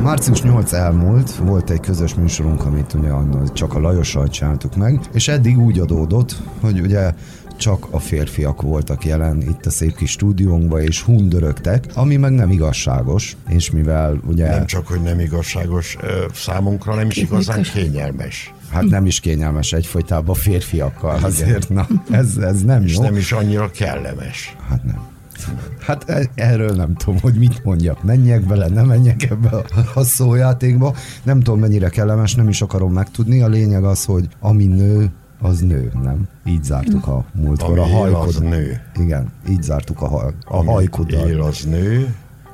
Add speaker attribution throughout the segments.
Speaker 1: Március 8 elmúlt, volt egy közös műsorunk, amit ugye csak a Lajossal csináltuk meg, és eddig úgy adódott, hogy ugye csak a férfiak voltak jelen itt a szép kis stúdiónkban, és hundörögtek, ami meg nem igazságos, és mivel ugye...
Speaker 2: Nem csak, hogy nem igazságos, számunkra nem is igazán kényelmes.
Speaker 1: Hát nem is kényelmes egyfolytában férfiakkal, azért na, ez nem
Speaker 2: és
Speaker 1: jó.
Speaker 2: nem is annyira kellemes.
Speaker 1: Hát nem. Hát erről nem tudom, hogy mit mondjak. Menjek bele, nem menjek ebbe a szójátékba. Nem tudom, mennyire kellemes, nem is akarom megtudni. A lényeg az, hogy ami nő, az nő, nem? Így zártuk a múltkor a hajkodat.
Speaker 2: Az nő.
Speaker 1: Igen, így zártuk a hajkodat.
Speaker 2: Ami él, az nő,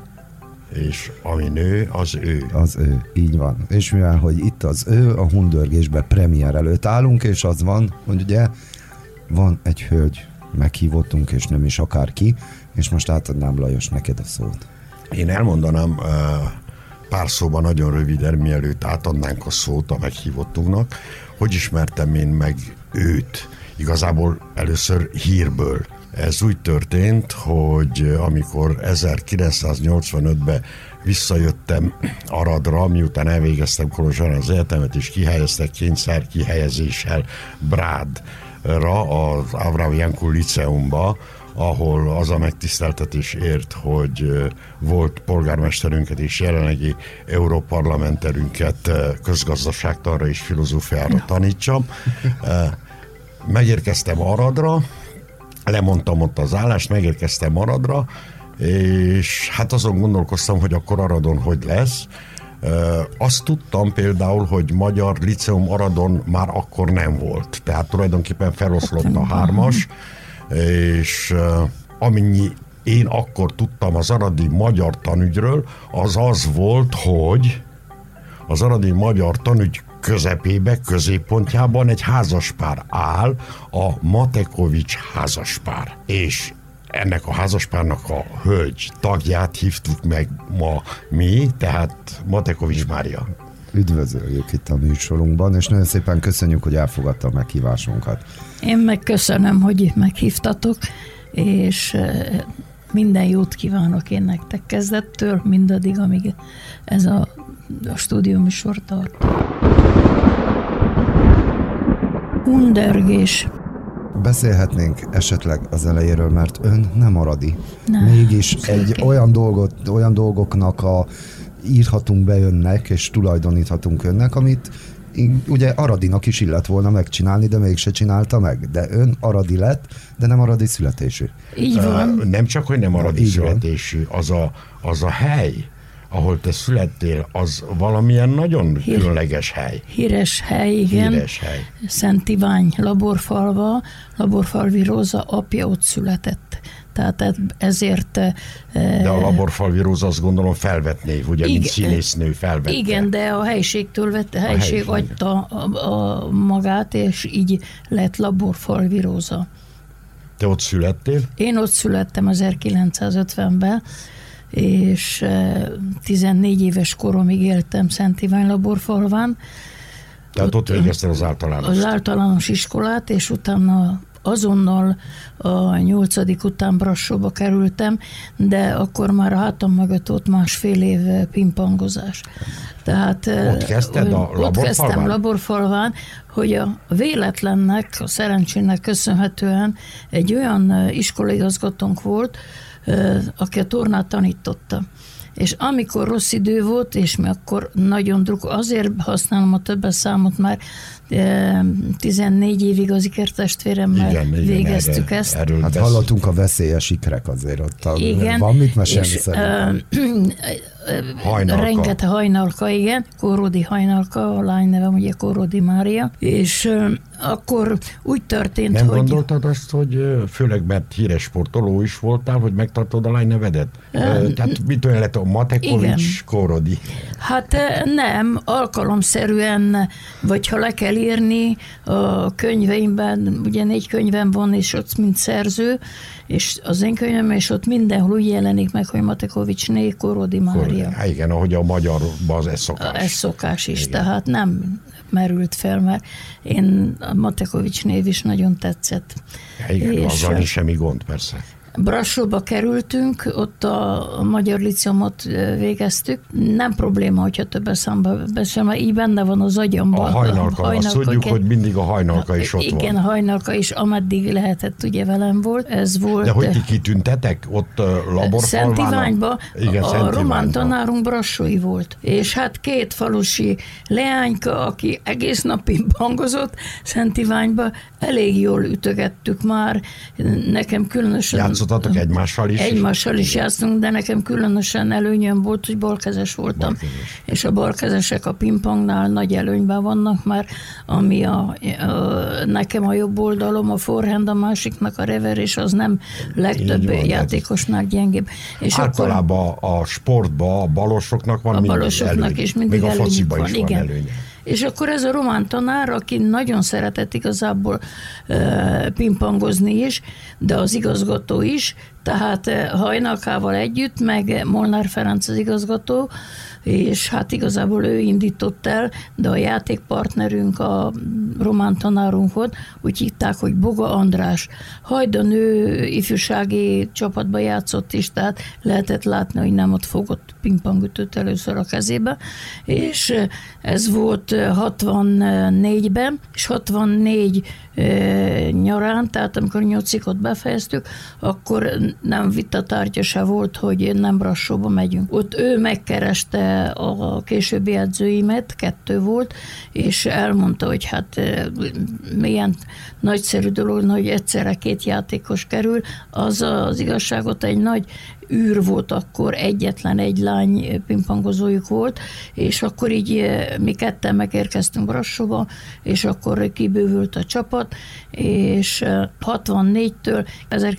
Speaker 2: és ami nő, az ő.
Speaker 1: Az ő, így van. És mivel, hogy itt az ő, a hundörgésbe premier előtt állunk, és az van, hogy ugye van egy hölgy, meghívottunk, és nem is akárki, és most átadnám Lajos neked a szót.
Speaker 2: Én elmondanám pár szóban nagyon röviden, mielőtt átadnánk a szót a meghívottunknak, hogy ismertem én meg őt. Igazából először hírből. Ez úgy történt, hogy amikor 1985-ben visszajöttem Aradra, miután elvégeztem Kolozsváron az egyetemet, és kihelyeztek kényszer kihelyezéssel Brádra, az Avram Jankul Liceumba, ahol az a megtiszteltetés ért, hogy volt polgármesterünket és jelenlegi európarlamenterünket közgazdaságtanra és filozófiára tanítsam. Megérkeztem Aradra, lemondtam ott az állást, megérkeztem Aradra, és hát azon gondolkoztam, hogy akkor Aradon hogy lesz. Azt tudtam például, hogy magyar liceum Aradon már akkor nem volt. Tehát tulajdonképpen feloszlott a hármas, és amennyi én akkor tudtam az aradi magyar tanügyről, az volt, hogy az aradi magyar tanügy középpontjában egy házaspár áll, a Matekovics házaspár. És ennek a házaspárnak a hölgy tagját hívtuk meg ma mi, tehát Matekovics Mária.
Speaker 1: Üdvözöljük itt a műsorunkban, és nagyon szépen köszönjük, hogy elfogadta a meghívásunkat.
Speaker 3: Én meg köszönöm, hogy meghívtatok, és minden jót kívánok én nektek kezdettől, mindaddig, amíg ez a stúdióműsor tart. Hundörgés.
Speaker 1: Beszélhetnénk esetleg az elejéről, mert ön nem aradi. Mégis olyan dolgoknak írhatunk be önnek, és tulajdoníthatunk önnek, amit ugye aradinak is illet volna megcsinálni, de mégse csinálta meg. De ön aradi lett, de nem aradi születésű.
Speaker 3: Így van.
Speaker 2: Nem csak, hogy nem aradi születésű, az a hely, ahol te születtél, az valamilyen nagyon különleges hely.
Speaker 3: Híres hely, igen.
Speaker 2: Híres hely.
Speaker 3: Szent Ivány, Laborfalva, Laborfalvi Róza apja ott született. Tehát ezért...
Speaker 2: De a Laborfalvi Róza, azt gondolom, felvett név, ugye, mint színésznő felvette.
Speaker 3: Igen, de a helységtől vette, a helység adta a magát, és így lett Laborfalvi Róza.
Speaker 2: Te ott születtél?
Speaker 3: Én ott születtem 1950-ben, és 14 éves koromig éltem Szent Ivány Laborfalván.
Speaker 2: Tehát ott végeztem az általános.
Speaker 3: Az általános iskolát, és utána azonnal a 8. után Brassóba kerültem, de akkor már a hátam mögött ott 1,5 év pingpongozás. Tehát
Speaker 2: ott kezdted a Laborfalván?
Speaker 3: Ott kezdtem Laborfalván, hogy a véletlennek, a szerencsének köszönhetően egy olyan iskolaigazgatónk volt, aki a tornát tanította. És amikor rossz idő volt, és mi akkor nagyon azért használom a többes számot, már 14 évig az ikertestvéremmel végeztük ezt.
Speaker 1: Hát hallottunk a veszélyes ikrek azért ott.
Speaker 3: Igen,
Speaker 1: van mit mesélni szerintem?
Speaker 3: Rengeteg Hajnalka, igen. Kóródi Hajnalka, a lány nevem ugye Kóródi Mária, és akkor úgy történt,
Speaker 2: nem
Speaker 3: hogy...
Speaker 2: Nem gondoltad azt, hogy főleg mert híres sportoló is voltál, hogy megtartod a lány nevedet? Tehát mit olyan lett a Matekovics Kóródi?
Speaker 3: Hát nem, alkalomszerűen, vagy ha le kell írni a könyveimben, ugye 4 könyvem van, és ott mint szerző, és az én könyvem, és ott mindenhol úgy jelenik meg, hogy Matekovics né, Kóródi Mária.
Speaker 2: Hát igen, ahogy a magyarban az ez szokás.
Speaker 3: Ez szokás is, igen. Tehát nem merült fel, mert én a Matekovics név is nagyon tetszett.
Speaker 2: Igen, azzal is semmi gond, persze.
Speaker 3: Brassóba kerültünk, ott a Magyar Liceumot végeztük. Nem probléma, hogyha több számba beszélem, mert így benne van az agyamban.
Speaker 2: A hajnalka, azt tudjuk, hogy mindig a hajnalka is ott van.
Speaker 3: Igen, a hajnalka is, ameddig lehetett, ugye velem volt. Ez volt.
Speaker 2: De hogy ti kitüntetek ott laborfalván?
Speaker 3: Szent Iványba.
Speaker 2: Igen,
Speaker 3: a román tanárunk brassói volt. És hát 2 falusi leányka, aki egész nap pingpongozott Szent Iványba, elég jól ütögettük már. Nekem különösen...
Speaker 2: Játszottatok egymással is?
Speaker 3: Egymással is játszunk, de nekem különösen előnyöm volt, hogy balkezes voltam. Balkezes. És a balkezesek a pingpongnál nagy előnyben vannak, mert ami nekem a jobb oldalom, a forehand, a másiknak a rever, és az nem legtöbb játékosnál gyengébb. És
Speaker 2: általában akkor, a sportban a balosoknak van mindig előny.
Speaker 3: Is mindig
Speaker 2: még a fociban is van
Speaker 3: igen.
Speaker 2: előnye.
Speaker 3: És akkor ez a román tanár, aki nagyon szeretett igazából pingpongozni is, de az igazgató is, tehát Hajnalkával együtt, meg Molnár Ferenc az igazgató, és hát igazából ő indított el, de a játékpartnerünk, a román tanárunkot úgy hívták, hogy Boga András. Hajdan ő ifjúsági csapatban játszott is, tehát lehetett látni, hogy nem ott fogott pingpongütőt először a kezébe, és ez volt 64-ben, és 64 nyarán, tehát amikor 8-ot befejeztük, akkor nem vitatárgya se volt, hogy nem Brassóba megyünk. Ott ő megkereste a későbbi edzőimet, 2 volt, és elmondta, hogy hát milyen nagyszerű dolog, hogy egyszerre 2 játékos kerül. Az az igazságot, egy nagy űr volt akkor, egyetlen egy lány pingpongozójuk volt, és akkor így mi 2 megérkeztünk Brassóba, és akkor kibővült a csapat, és 64-től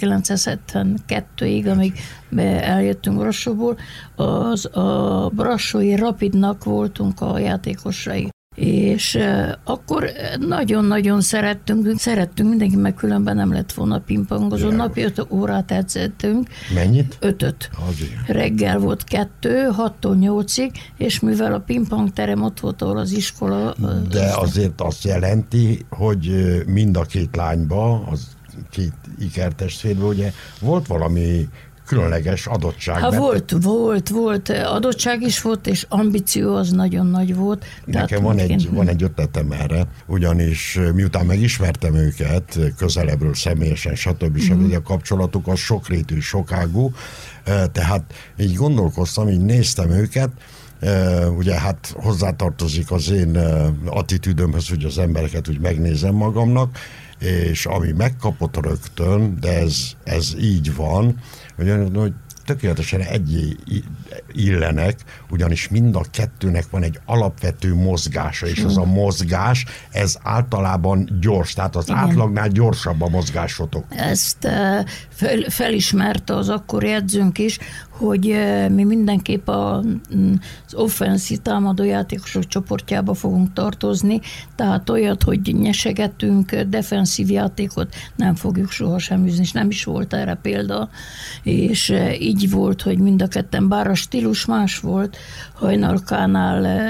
Speaker 3: 1972-ig, amíg eljöttünk Brassóból, az a brassói Rapidnak voltunk a játékosai. És akkor nagyon-nagyon szerettünk mindenki, meg különben nem lett volna pingpongozó. Napi 5 órát edzettünk.
Speaker 2: Mennyit?
Speaker 3: 5-öt. Reggel volt 2, 6-tól 8-ig, és mivel a pingpongterem ott volt, ahol az iskola...
Speaker 2: De azért azt jelenti, hogy mind a 2 lányba, az 2 ikertestvérben, ugye volt valami különleges adottság.
Speaker 3: Ha volt, adottság is volt, és ambíció az nagyon nagy volt.
Speaker 2: Nekem van egy ötletem erre, ugyanis miután megismertem őket közelebbről, személyesen, stb. A kapcsolatuk az sokrétű, sokágú, tehát így gondolkoztam, így néztem őket, ugye hát hozzátartozik az én attitűdömhöz, hogy az embereket úgy megnézem magamnak, és ami megkapott rögtön, de ez így van, hogy tökéletesen illenek, ugyanis mind a 2-nek van egy alapvető mozgása, és az a mozgás, ez általában gyors, tehát az átlagnál gyorsabb a mozgásotok.
Speaker 3: Ezt felismerte az akkori edzőnk is, hogy mi mindenképp az offenszív támadó játékosok csoportjába fogunk tartozni, tehát olyat, hogy nyesegetünk, defenszív játékot nem fogjuk sohasem űzni, és nem is volt erre példa, és így volt, hogy mind a 2, bár a stílus más volt, Hajnalkánál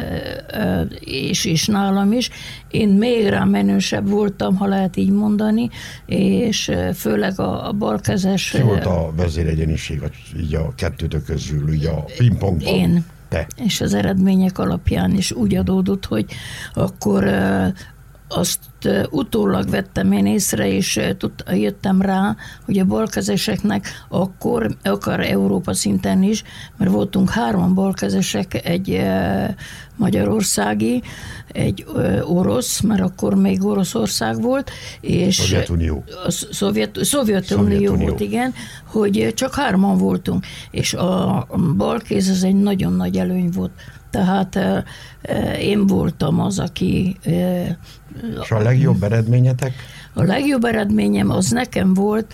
Speaker 3: és nálam is. Én még rámenősebb voltam, ha lehet így mondani, és főleg a balkezes...
Speaker 2: Ki volt a vezéregyéniség így a 2 közül, így a pingpongban?
Speaker 3: Én. Te. És az eredmények alapján is úgy adódott, hogy akkor azt utólag vettem én észre, és jöttem rá, hogy a balkezeseknek akkor, akár Európa szinten is, mert voltunk 3 balkezesek, egy magyarországi, egy orosz, mert akkor még Oroszország volt, és
Speaker 2: Szovjetunió.
Speaker 3: Szovjetunió volt, igen, hogy csak 3-an voltunk, és a balkéz az egy nagyon nagy előny volt. Tehát én voltam az, aki...
Speaker 2: És a legjobb eredményetek?
Speaker 3: A legjobb eredményem az nekem volt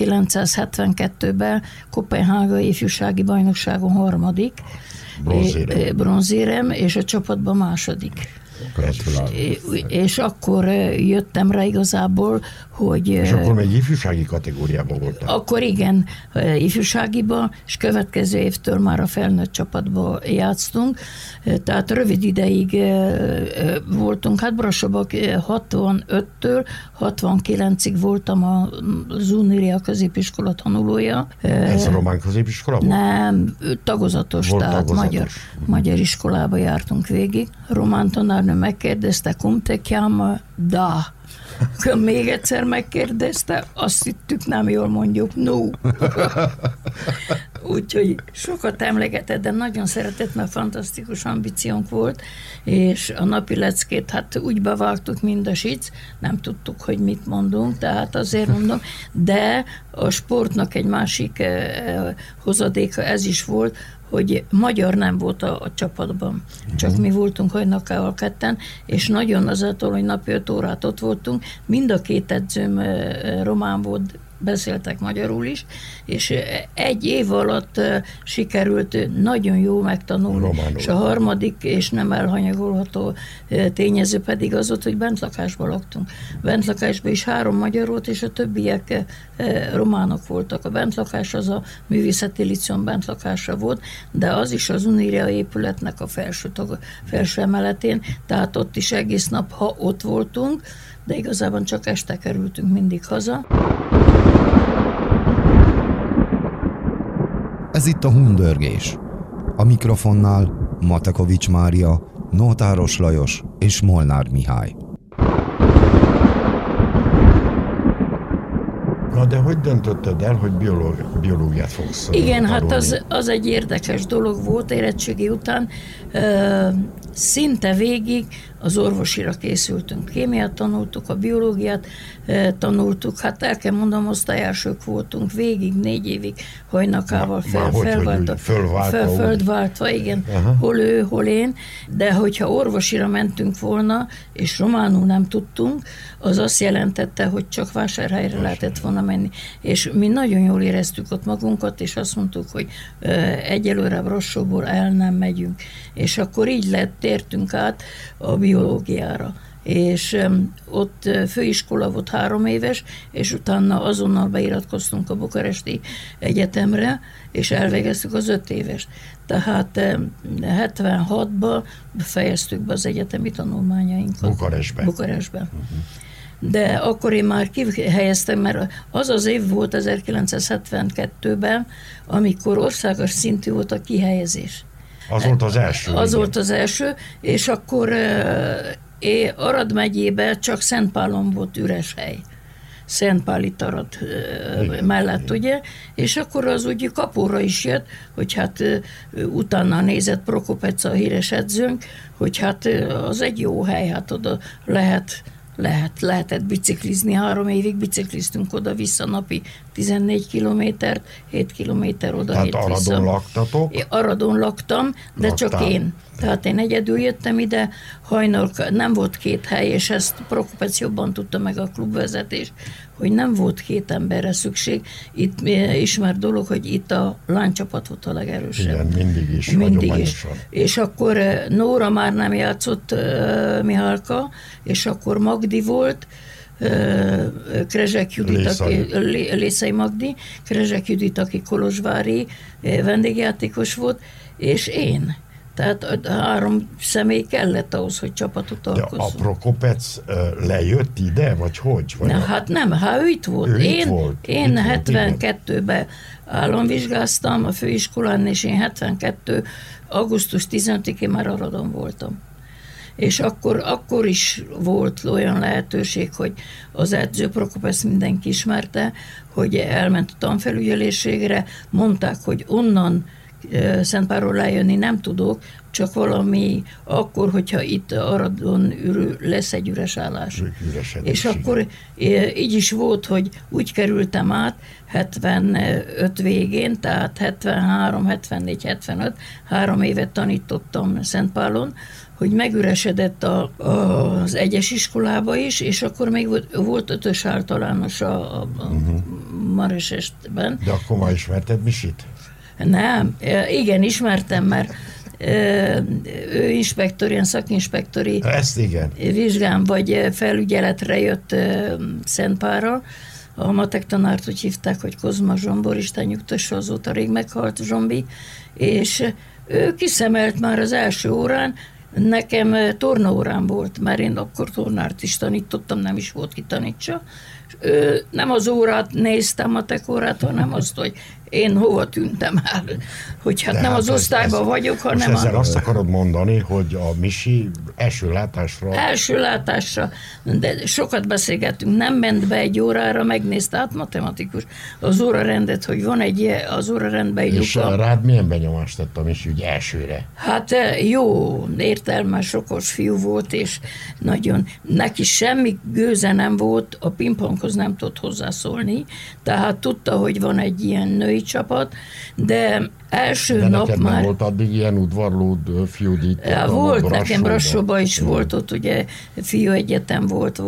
Speaker 3: 1972-ben Koppenhágai ifjúsági bajnokságon 3.
Speaker 2: Bronzérem,
Speaker 3: és a csapatban 2. És akkor jöttem rá igazából, hogy...
Speaker 2: És akkor még ifjúsági kategóriában voltam.
Speaker 3: Akkor igen, ifjúságiban, és következő évtől már a felnőtt csapatban játsztunk. Tehát rövid ideig voltunk. Hát Brassóban 65-től 69-ig voltam az Uníria középiskola tanulója.
Speaker 2: Ez a román középiskola volt?
Speaker 3: Nem, tagozatos, volt tehát tagozatos. Magyar iskolába jártunk végig. Román tanárnő megkérdezte, cum te chiama? Da. Még egyszer megkérdezte, azt hittük, nem jól mondjuk, no. Úgyhogy sokat emlegetett, de nagyon szeretett, mert fantasztikus ambíciónk volt, és a napi leckét hát úgy bevágtuk, mind a sic, nem tudtuk, hogy mit mondunk, tehát azért mondom, de a sportnak egy másik hozadéka ez is volt, hogy magyar nem volt a csapatban. Csak mi voltunk Hajnakával ketten, és nagyon azáltal, hogy napi 5 órát ott voltunk, mind a két edzőm román volt, beszéltek magyarul is, és egy év alatt sikerült nagyon jó megtanulni. Románul. És a harmadik, és nem elhanyagolható tényező pedig az volt, hogy bentlakásban laktunk. Bentlakásban is 3 magyar volt, és a többiek románok voltak. A bentlakás az a művészeti liceum bentlakása volt, de az is az Uníria épületnek a felső emeletén, tehát ott is egész nap, ha ott voltunk, de igazából csak este kerültünk mindig haza.
Speaker 1: Ez itt a Hundörgés. A mikrofonnál Matakovics Mária, Nótáros Lajos és Molnár Mihály.
Speaker 2: Na de hogy döntötted el, hogy biológiát fogsz
Speaker 3: Igen,
Speaker 2: tanulni?
Speaker 3: hát az egy érdekes dolog volt érettségi után. Szinte végig az orvosira készültünk. Kémiát tanultuk, a biológiát tanultuk. Hát el kell mondanom, osztályelsők voltunk végig, 4 évig Hajnakával földváltva, igen. Aha. Hol ő, hol én. De hogyha orvosira mentünk volna, és románul nem tudtunk, az azt jelentette, hogy csak Vásárhelyre lehetett volna menni. És mi nagyon jól éreztük ott magunkat, és azt mondtuk, hogy egyelőre Brassóból el nem megyünk. És akkor így tértünk át a biológiára. És ott főiskola volt 3 éves, és utána azonnal beiratkoztunk a Bukaresti Egyetemre, és elvégeztük az 5 évest. Tehát 76-ban fejeztük be az egyetemi tanulmányainkat. Bukarestben. De akkor én már kihelyeztem, mert az év volt 1972-ben, amikor országos szintű volt a kihelyezés.
Speaker 2: Az volt az első.
Speaker 3: Az volt az első, és akkor Arad megyében csak Szentpálon volt üres hely. Szentpáli Arad mellett, ugye? És akkor az úgy kapóra is jött, hogy hát utána nézett Prokopec, a híres edzőnk, hogy hát az egy jó hely, hát oda lehetett biciklizni, 3 évig bicikliztünk oda-vissza napi 14 kilométert, 7 kilométer oda,
Speaker 2: tehát
Speaker 3: 7 vissza.
Speaker 2: Aradon laktatok?
Speaker 3: Aradon laktam, de laktál. Csak én. Tehát én egyedül jöttem ide, nem volt 2 hely, és ezt Prokopec jobban tudta meg a klubvezetés, hogy nem volt 2 emberre szükség. Itt ismert dolog, hogy itt a lánycsapat volt a legerősebb.
Speaker 2: Igen, mindig is.
Speaker 3: És akkor Nóra már nem játszott, Mihálka, és akkor Magdi volt, Krezsek Judit, Lészai Magdi, Krezsek Judit, aki kolozsvári vendégjátékos volt, és én. Tehát 3 személy kellett ahhoz, hogy csapatot alkozzon.
Speaker 2: De a Prokopec lejött ide, vagy hogy? Vagy
Speaker 3: hát nem, ő itt volt. Én 72-ben államvizsgáztam a főiskolán, és én 72. augusztus 15-én már Aradon voltam. És akkor is volt olyan lehetőség, hogy az edző Prokopec mindenki ismerte, hogy elment a tanfelügyelésségre, mondták, hogy onnan Szentpálról lejönni nem tudok, csak valami akkor, hogyha itt Aradon lesz egy üres állás. És akkor így is volt, hogy úgy kerültem át 75 végén, tehát 73, 74, 75, 3 évet tanítottam Szentpálon, hogy megüresedett az egyes iskolába is, és akkor még volt 5-ös általános a Maresestben.
Speaker 2: De akkor már ismerted Misit?
Speaker 3: Nem, igen, ismertem, mert ő inspektor, ilyen szakinspektori
Speaker 2: Ezt igen.
Speaker 3: vizsgán vagy felügyeletre jött Szentpárral. A matek tanárt úgy hívták, hogy Kozma Zsombor, Isten nyugtassa, azóta rég meghalt Zsombi, és ő kiszemelt már az első órán. Nekem tornaórám volt, mert én akkor tornárt is tanítottam, nem is volt ki tanítsa. Nem az órát néztem, matek órát, hanem azt, hogy én hova tűntem el. Hogy hát nem az osztályban vagyok, hanem...
Speaker 2: Most ezzel azt akarod mondani, hogy a Misi első látásra, de sokat beszélgettünk, nem ment be egy órára, megnézte át matematikus az órarendet, hogy van az órarendben egy és
Speaker 3: luka.
Speaker 2: rád milyen benyomást tett a Misi, úgy elsőre?
Speaker 3: Hát jó, értelmes, okos fiú volt, és nagyon, neki semmi gőze nem volt, a pingponghoz nem tudott hozzászólni, tehát tudta, hogy van egy ilyen női csapat, de első nap
Speaker 2: neked
Speaker 3: már...
Speaker 2: nem volt addig ilyen udvarlód fiúd itt?
Speaker 3: Volt, nekem Brassóban is volt, ott ugye fiúegyetem volt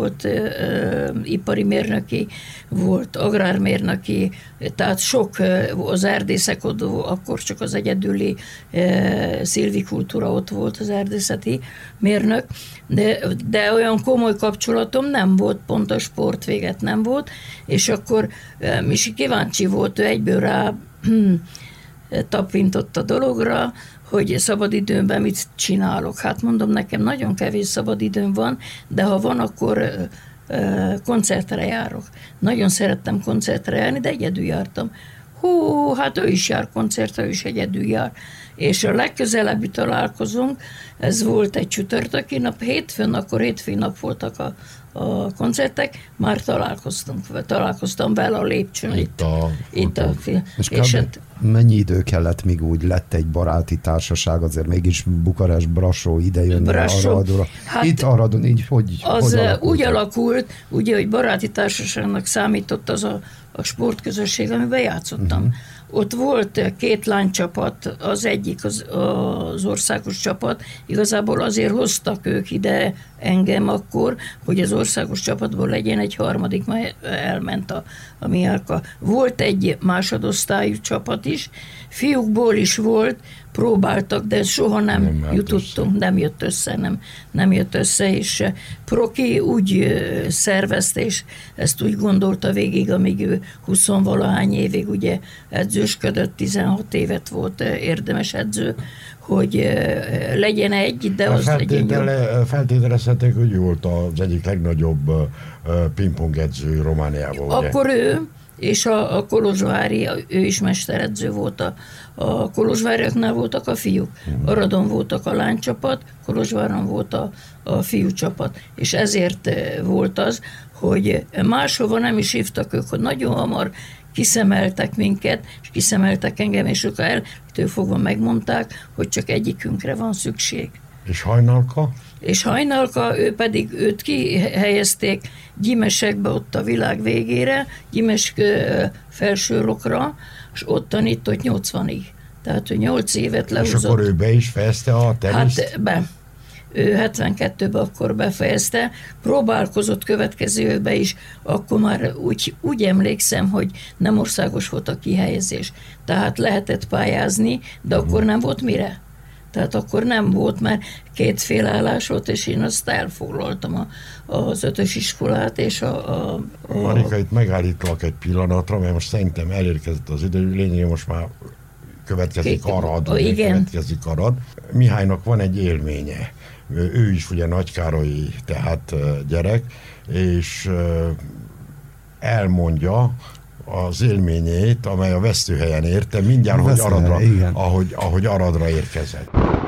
Speaker 3: ipari mérnöki, volt agrármérnöki, tehát sok az erdészek, akkor csak az egyedüli szilvikultúra ott volt, az erdészeti mérnök, de olyan komoly kapcsolatom nem volt, pont a sport véget nem volt, és akkor Misi kíváncsi volt, ő egyből rá tapintott a dologra, hogy szabadidőmben mit csinálok. Hát mondom, nekem nagyon kevés szabadidőm van, de ha van, akkor koncertre járok. Nagyon szerettem koncertre járni, de egyedül jártam. Hát ő is jár koncertre, ő is egyedül jár. És a legközelebbi találkozunk, ez volt egy csütörtöki nap, hétfőn nap voltak a koncertek, már találkoztam vele a lépcsőn. Itt a
Speaker 1: és mennyi idő kellett, míg úgy lett egy baráti társaság, azért mégis Bukarest, Brassó, ide jönni Aradra. Hát itt Aradon így hogy alakult?
Speaker 3: Úgy alakult, ugye, hogy baráti társaságnak számított az a sportközösség, amiben játszottam. Ott volt két lánycsapat, az egyik az országos csapat, igazából azért hoztak ők ide engem akkor, hogy az országos csapatból legyen egy harmadik, mert elment a Miálka. Volt egy másodosztályú csapat is, fiúkból is volt, próbáltak, de soha nem jutottunk, nem jött össze, és Proki úgy szervezte, és ezt úgy gondolta végig, amíg ő 20-valahány évig ugye edzősködött, 16 évet volt érdemes edző, hogy legyen egy, de az legyen jobb.
Speaker 2: Feltételezhetek, hogy volt az egyik legnagyobb pingpong edző Romániában.
Speaker 3: Akkor ő, és a kolozsvári, ő is mesteredző volt, a kolozsváriaknál voltak a fiúk, Aradon voltak a lánycsapat, Kolozsváron volt a fiúcsapat, és ezért volt az, hogy máshova nem is hívtak ők, hogy nagyon hamar kiszemeltek minket, és kiszemeltek engem, és ők eltől fogva megmondták, hogy csak egyikünkre van szükség.
Speaker 2: És Hajnalka?
Speaker 3: És Hajnalka, őt kihelyezték Gyimesekbe, ott a világ végére, Gyimes felsőlokra, és ott tanított 80-ig. Tehát ő 8 évet lehozott. És
Speaker 2: akkor ő be is fejezte a teniszt?
Speaker 3: Hát ő 72-ben akkor befejezte, próbálkozott következő évben is, akkor már úgy emlékszem, hogy nem országos volt a kihelyezés. Tehát lehetett pályázni, de akkor nem volt mire. Tehát akkor nem volt, mert két félállás volt, és én azt elfoglaltam az 5-ös iskolát, és
Speaker 2: Marika, itt megállítlak egy pillanatra, mert most szerintem elérkezett az idő, lényegében most már következik Arad. Mihálynak van egy élménye. Ő is ugye nagykárolyi, tehát gyerek, és elmondja az élményét, amely a vesztőhelyen érte, mindjárt, ahogy Aradra érkezett.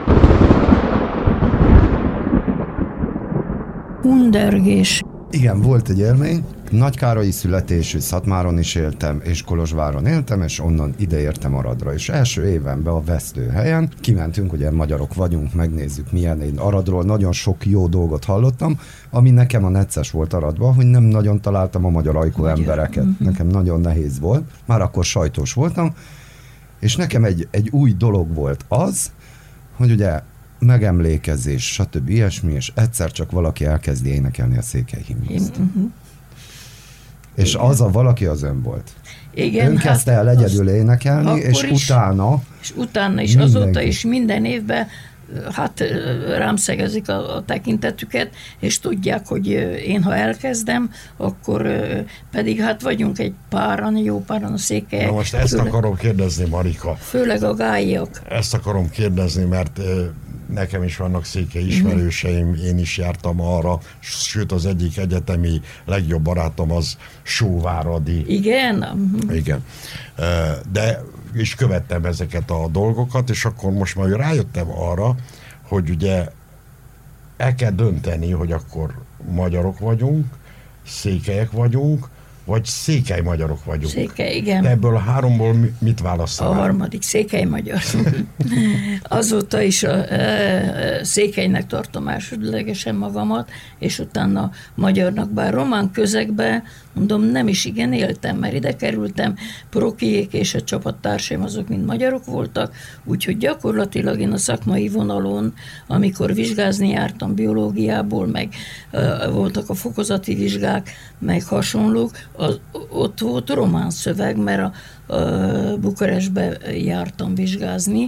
Speaker 3: Undergés.
Speaker 1: Igen, volt egy élmény. Nagykárolyi születésű, Szatmáron is éltem, és Kolozsváron éltem, és onnan ideértem Aradra. És első évenben a vesztőhelyen kimentünk, ugye magyarok vagyunk, megnézzük milyen, én Aradról nagyon sok jó dolgot hallottam, ami nekem a necces volt Aradban, hogy nem nagyon találtam a magyar ajkú embereket. Nekem nagyon nehéz volt, már akkor sajtós voltam, és nekem egy új dolog volt az, hogy ugye megemlékezés, stb. Ilyesmi, és egyszer csak valaki elkezdi énekelni a Székely himnuszt. És az a valaki az ön volt.
Speaker 3: Igen,
Speaker 1: ön kezdte el egyedül énekelni, és utána...
Speaker 3: És utána is, azóta is minden évben hát rám szegezik a tekintetüket, és tudják, hogy én ha elkezdem, akkor pedig hát vagyunk egy páran, jó páran a székelyek.
Speaker 2: Na most ezt akarom kérdezni, Marika.
Speaker 3: Főleg a gályok.
Speaker 2: Ezt akarom kérdezni, mert nekem is vannak székely ismerőseim, én is jártam arra, sőt az egyik egyetemi legjobb barátom az Sóváradi.
Speaker 3: Igen?
Speaker 2: Igen. De és követtem ezeket a dolgokat, és akkor most már rájöttem arra, hogy ugye el kell dönteni, hogy akkor magyarok vagyunk, székelyek vagyunk, vagy székely magyarok vagyunk.
Speaker 3: Székely, igen.
Speaker 2: De ebből a háromból mit választanál?
Speaker 3: A harmadik, székely magyar. Azóta is a székelynek tartom másodlegesen magamat, és utána magyarnak, bár román közegben, mondom, nem is igen éltem, mert ide kerültem, Prokiék és a csapattársaim azok mind magyarok voltak, úgyhogy gyakorlatilag én a szakmai vonalon, amikor vizsgázni jártam biológiából, meg voltak a fokozati vizsgák, meg hasonlók, ott volt román szöveg, mert a Bukarestbe jártam vizsgázni,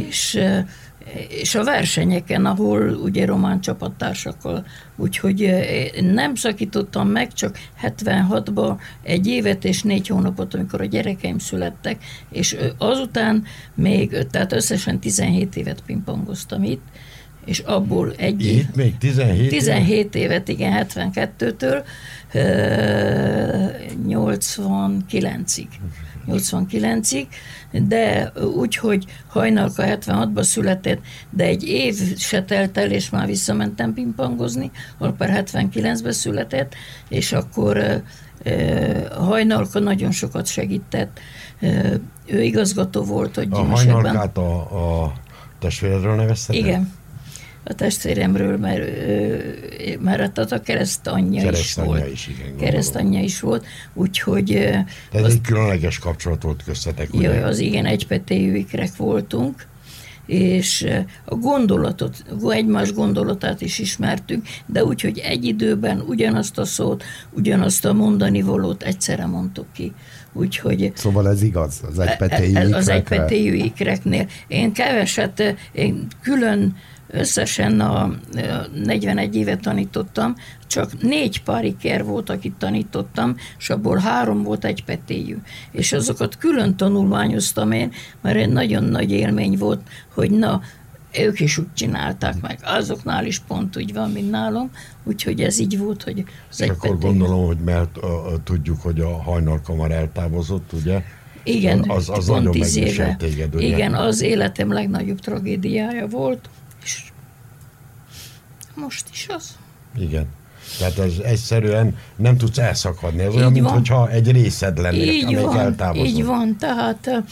Speaker 3: és a versenyeken, ahol ugye román csapattársakkal, úgyhogy nem szakítottam meg, csak 76-ban egy évet és 4 hónapot, amikor a gyerekeim születtek, és azután még, tehát összesen 17 évet pingpongoztam itt, és abból egy év.
Speaker 2: Itt még 17
Speaker 3: évet, igen, 72-től 89-ig, de úgy, hogy Hajnalka 76-ban született, de egy év se telt el, és már visszamentem pingpongozni, Alper 79-ben született, és akkor Hajnalka nagyon sokat segített. Ő igazgató volt, hogy
Speaker 2: a Hajnalkát a testvéredről nevezted?
Speaker 3: Igen. A testvéremről, mert a keresztanyja is volt. Keresztanyja is volt, úgyhogy...
Speaker 2: Tehát egy különleges kapcsolat volt köztetek, ugye?
Speaker 3: Jaj, az igen, egypetéjű ikrek voltunk, és a gondolatot, egymás gondolatát is ismertük, de úgy, hogy egy időben ugyanazt a szót, ugyanazt a mondani valót egyszerre mondtuk ki. Úgyhogy
Speaker 1: szóval ez igaz, az egypetéjű ikrekre? Az
Speaker 3: egypetéjű ikreknél. Én keveset, én külön összesen a 41 évet tanítottam, csak 4 pár iker volt, akit tanítottam, és abból 3 volt egypetéjű. És azokat külön tanulmányoztam én, mert egy nagyon nagy élmény volt, hogy na, ők is úgy csinálták meg. Azoknál is pont úgy van, mint nálam, úgyhogy ez így volt, hogy az egypetéjű.
Speaker 2: És akkor gondolom, hogy mert tudjuk, hogy a Hajnalka már eltávozott, ugye?
Speaker 3: Igen,
Speaker 2: az nagyon megviselt téged, ugye?
Speaker 3: Igen, az életem legnagyobb tragédiája volt, és most is az.
Speaker 2: Igen. Tehát az egyszerűen nem tudsz elszakadni. Ez olyan, mintha egy részed lennél, amelyik eltávozott.
Speaker 3: Így van, tehát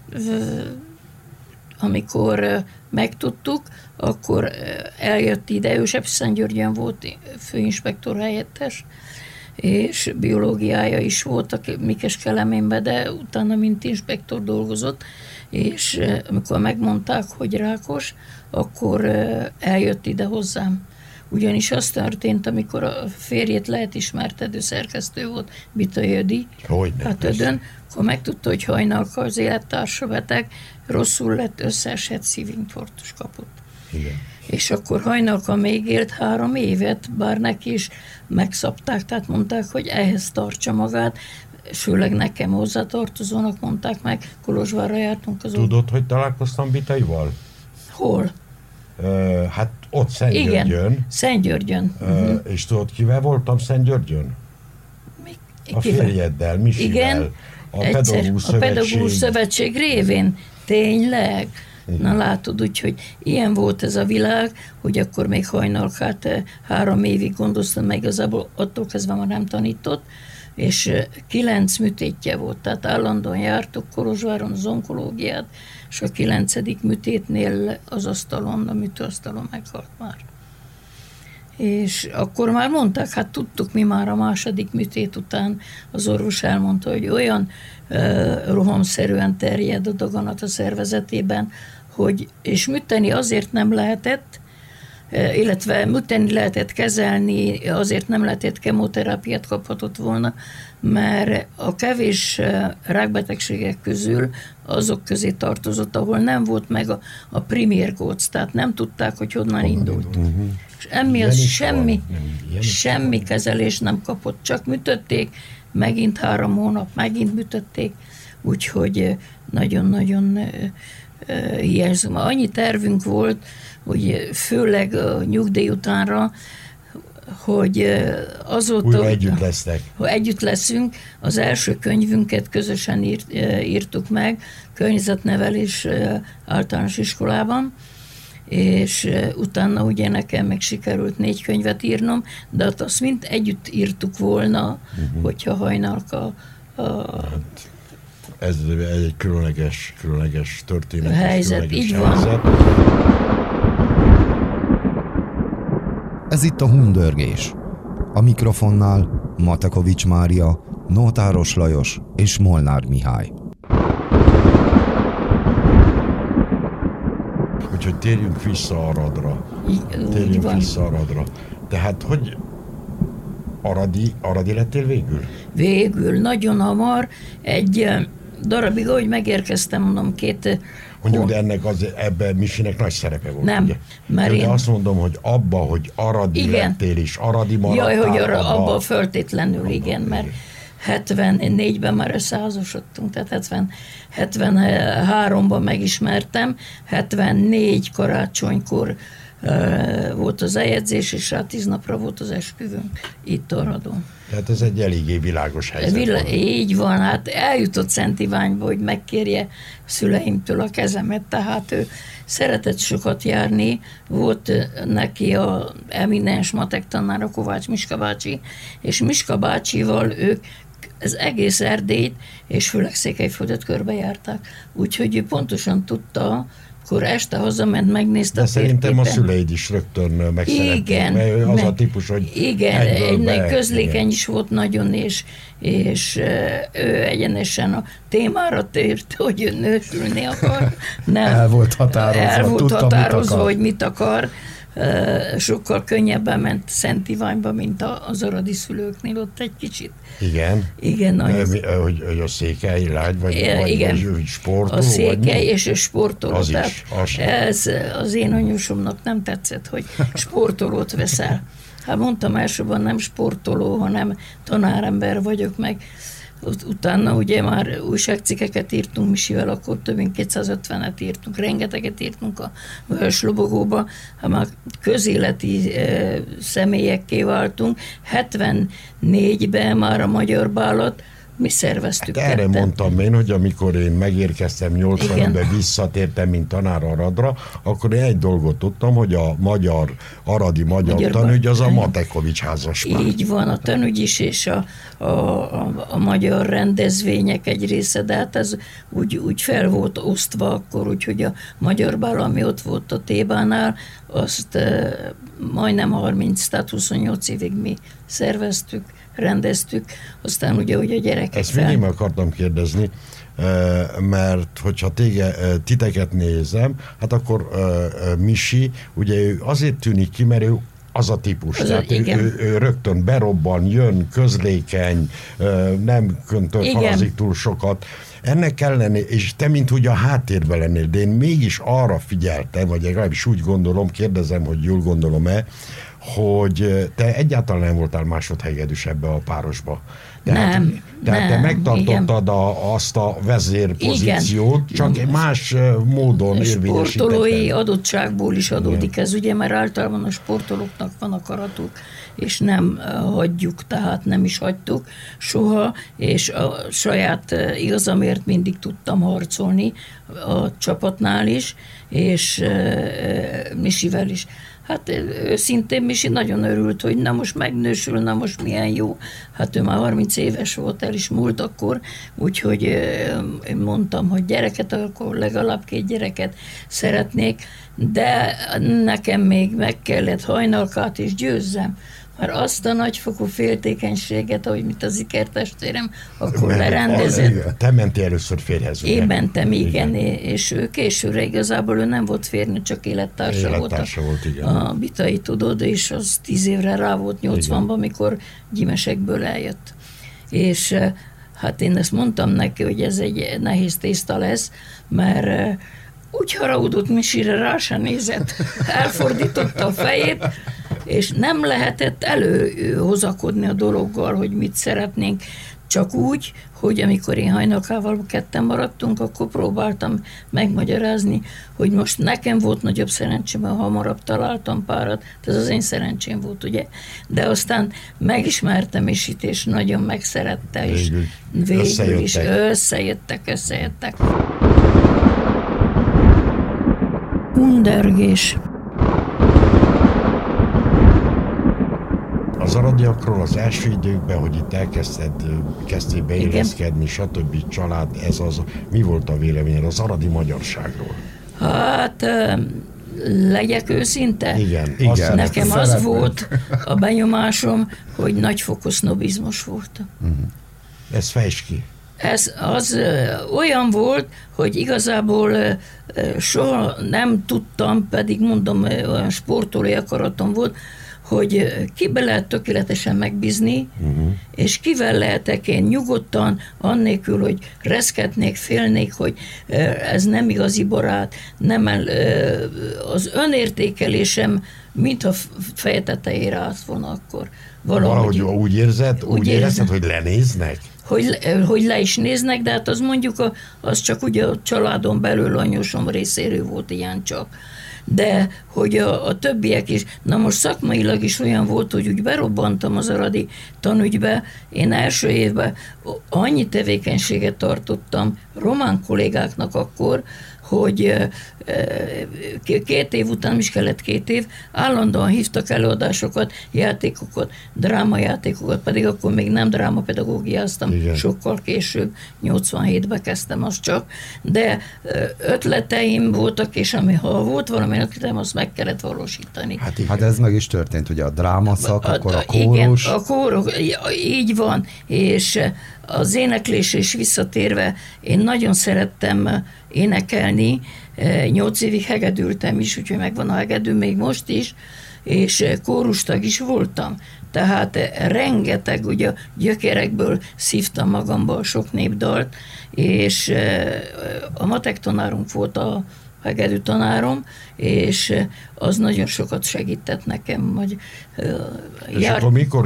Speaker 3: amikor megtudtuk, akkor eljött ide, ő Sepsiszentgyörgyön volt főinspektor helyettes, és biológiája is volt a Mikes-Keleménben, de utána mint inspektor dolgozott, és amikor megmondták, hogy rákos, akkor eljött ide hozzám. Ugyanis az történt, amikor a férjét lehet ismerted, ő szerkesztő volt, Bita Jödi, hát Ödön, akkor megtudta, hogy Hajnalka az élettársa beteg, rosszul lett, összeesett, szívinfarktus kapott.
Speaker 2: Igen.
Speaker 3: És akkor Hajnalka még élt 3 évet, bár neki is megszabták, tehát mondták, hogy ehhez tartsa magát, főleg nekem hozzátartozónak mondták meg, Kolozsvárra jártunk az
Speaker 2: Tudod, hogy találkoztam Bitaival?
Speaker 3: Hol?
Speaker 2: Hát ott Szentgyörgyön.
Speaker 3: Igen, Szentgyörgyön.
Speaker 2: És tudod, kivel voltam Szentgyörgyön? A férjeddel, Misivel. Igen,
Speaker 3: a Pedagógus Szövetség révén. Tényleg? Igen. Na látod, úgyhogy ilyen volt ez a világ, hogy akkor még Hajnalkát 3 évig gondoztam, meg igazából attól kezdve már nem tanított, és 9 műtétje volt, tehát állandóan jártuk Kolozsváron az onkológiát, és a 9. műtétnél az asztalon, a műtőasztalon meghalt már. És akkor már mondták, hát tudtuk mi már a 2. műtét után, az orvos elmondta, hogy olyan rohamszerűen terjed a daganat a szervezetében, hogy, és műteni azért nem lehetett, illetve műteni lehetett kezelni, azért nem lehetett, kemoterápiát kaphatott volna, mert a kevés rákbetegségek közül azok közé tartozott, ahol nem volt meg a primér góc, tehát nem tudták, hogy honnan indult. És emiatt semmi kezelés nem kapott, csak műtötték, megint 3 hónap, megint műtötték, úgyhogy nagyon-nagyon hiányzom. Annyi tervünk volt, hogy főleg a nyugdíj utánra, hogy azóta,
Speaker 2: újra együtt lesznek.
Speaker 3: Ha együtt leszünk, az első könyvünket közösen írtuk meg, környezetnevelés általános iskolában, és utána ugye nekem meg sikerült 4 könyvet írnom, de azt mind együtt írtuk volna, hogyha Hajnalka
Speaker 2: Ez egy különleges történet.
Speaker 3: Helyzet, így van.
Speaker 2: Helyzet.
Speaker 1: Ez itt a Hundörgés. A mikrofonnál Matakovics Mária, Nótáros Lajos és Molnár Mihály.
Speaker 2: Úgyhogy térjünk vissza Aradra. Tehát, hogy aradi lettél végül?
Speaker 3: Végül, nagyon hamar, egy darabig, ahogy megérkeztem, mondom, 2
Speaker 2: Mondjuk, de ebben Misinek nagy szerepe volt.
Speaker 3: Nem,
Speaker 2: ugye?
Speaker 3: mert én...
Speaker 2: azt mondom, hogy abba, hogy aradi lettél és aradi maradtál.
Speaker 3: Jaj, hogy abba föltétlenül, igen, mert 74-ben már összeházasodtunk, tehát 73-ban megismertem, 74 karácsonykor volt az eljegyzés, és rá 10 napra volt az esküvőnk itt Aradon.
Speaker 2: Tehát ez egy eléggé világos helyzet.
Speaker 3: Így van, hát eljutott Szent Iványba, hogy megkérje szüleimtől a kezemet, tehát ő szeretett sokat járni, volt neki a eminens matek tanára, Kovács Miska bácsi, és Miska bácsival ők az egész Erdélyt és főleg Székelyföldet körbejárták. Úgyhogy ő pontosan tudta, akkor este hazament, megnézte
Speaker 2: de a szerintem a szüleid is rögtön megszerették, mert az a típus, hogy
Speaker 3: igen, közlékeny igen. is volt nagyon, és ő egyenesen a témára tért, hogy ő nősülni akar. Nem,
Speaker 1: el volt határozva,
Speaker 3: hogy mit akar. Sokkal könnyebben ment Szent Iványba, mint az aradi szülőknél, ott egy kicsit.
Speaker 2: Igen?
Speaker 3: Igen.
Speaker 2: Hogy a székely lány, vagy sportoló?
Speaker 3: A székely és a sportoló.
Speaker 2: Az is.
Speaker 3: Ez az én anyósomnak nem tetszett, hogy sportolót veszel. Hát mondtam, elsőben nem sportoló, hanem tanárember vagyok meg. Utána ugye már újságcikkeket írtunk Misivel, akkor több mint 250-et írtunk, rengeteget írtunk a Vörös Lobogóba, ha már közéleti személyekké váltunk. 74-ben már a Magyar Bálat mi szerveztük.
Speaker 2: Hát erre mondtam én, hogy amikor én megérkeztem 80-ben, visszatértem, mint tanár Aradra, akkor én egy dolgot tudtam, hogy a aradi magyar tanügy az a Matakovics házaspár.
Speaker 3: Így van, a tanügy is, és a magyar rendezvények egy része, de hát ez úgy fel volt osztva akkor, úgyhogy a Magyar Bál, ami ott volt a Tébánál, azt majdnem 30, tehát 28 évig mi szerveztük, rendeztük, aztán ugye a gyerekek
Speaker 2: ezt mindig meg akartam kérdezni, mert hogyha titeket nézem, hát akkor Misi, ugye ő azért tűnik ki, mert ő az a típus, tehát ő rögtön berobban, jön, közlékeny, nem halazik túl sokat. Ennek ellenére, és te mint ugye a háttérben lennél, de én mégis arra figyeltem, vagy legalábbis úgy gondolom, kérdezem, hogy jól gondolom-e, hogy te egyáltalán nem voltál másodhelyedűs ebbe a párosba. Tehát te megtartottad azt a vezérpozíciót, csak más módon érvényesítetted.
Speaker 3: Sportolói adottságból is adódik ez, ugye, mert általában a sportolóknak van akaratuk, és nem hagyjuk, tehát nem is hagytuk soha, és a saját igazamért mindig tudtam harcolni a csapatnál is, és Misivel is. Hát őszintén Misi nagyon örült, hogy na most megnősül, na most milyen jó. Hát ő már 30 éves volt, el is múlt akkor, úgyhogy én mondtam, hogy gyereket, akkor legalább 2 gyereket szeretnék, de nekem még meg kellett Hajnalkát is győzzem. Mert azt a nagyfokú féltékenységet, ahogy mint az ikertestvérem, akkor lerendezett.
Speaker 2: Te mentél először férjhez.
Speaker 3: Én mentem, igen, és ő későre igazából ő nem volt férni, csak élettársa volt
Speaker 2: igen.
Speaker 3: A Bitai, tudod, és az 10 évre rá volt 80-ban, amikor Gyimesekből eljött. és hát én ezt mondtam neki, hogy ez egy nehéz tészta lesz, mert úgy haragudott Misire, rá sem nézett, elfordította a fejét, és nem lehetett előhozakodni a dologgal, hogy mit szeretnénk. Csak úgy, hogy amikor én Hajnalkával ketten maradtunk, akkor próbáltam megmagyarázni, hogy most nekem volt nagyobb szerencsém, mert hamarabb találtam párat, ez az én szerencsém volt, ugye? De aztán megismertem is itt, és nagyon megszerette, és végül is összejöttek. Undergés.
Speaker 2: Az aradiakról az első időkben, hogy itt kezdtél beilleszkedni, stb. Család, ez az, mi volt a véleményed az aradi magyarságról?
Speaker 3: Hát, legyek őszinte?
Speaker 2: Igen.
Speaker 3: Nekem az volt a benyomásom, hogy nagyfokú sznobizmus volt.
Speaker 2: Ez fejtsd ki.
Speaker 3: Az olyan volt, hogy igazából soha nem tudtam, pedig mondom, olyan sportolói akaratom volt, hogy kibe lehet tökéletesen megbízni, és kivel lehetek én nyugodtan, annélkül, hogy reszketnék, félnék, hogy ez nem igazi barát, nem az önértékelésem, mintha feje tetejére állt volna akkor.
Speaker 2: Valahogy úgy érzed, hogy lenéznek?
Speaker 3: Hogy le is néznek, de hát az mondjuk az csak ugye a családon belül anyósom részéről volt ilyen csak. De hogy a többiek is, na most szakmailag is olyan volt, hogy úgy berobbantam az aradi tanügybe, én első évben annyi tevékenységet tartottam román kollégáknak akkor, hogy 2 év után, nem is kellett 2 év, állandóan hívtak előadásokat, játékokat, drámajátékokat, pedig akkor még nem drámapedagógiáztam, sokkal később, 87-ben kezdtem azt csak, de ötleteim voltak, és ha volt valami ötletem, azt meg kellett valósítani.
Speaker 1: Hát ez meg is történt, ugye a drámaszak, akkor a kórus.
Speaker 3: Igen, a kórus, így van, és az éneklésre is visszatérve, én nagyon szerettem énekelni, 8 évig hegedültem is, úgyhogy megvan a hegedű még most is, és kórustag is voltam. Tehát rengeteg ugye gyökerekből szívtam magamba sok népdalt, és a matek tanárunk volt a hegedű tanárom, és az nagyon sokat segített nekem, hogy
Speaker 2: és akkor mikor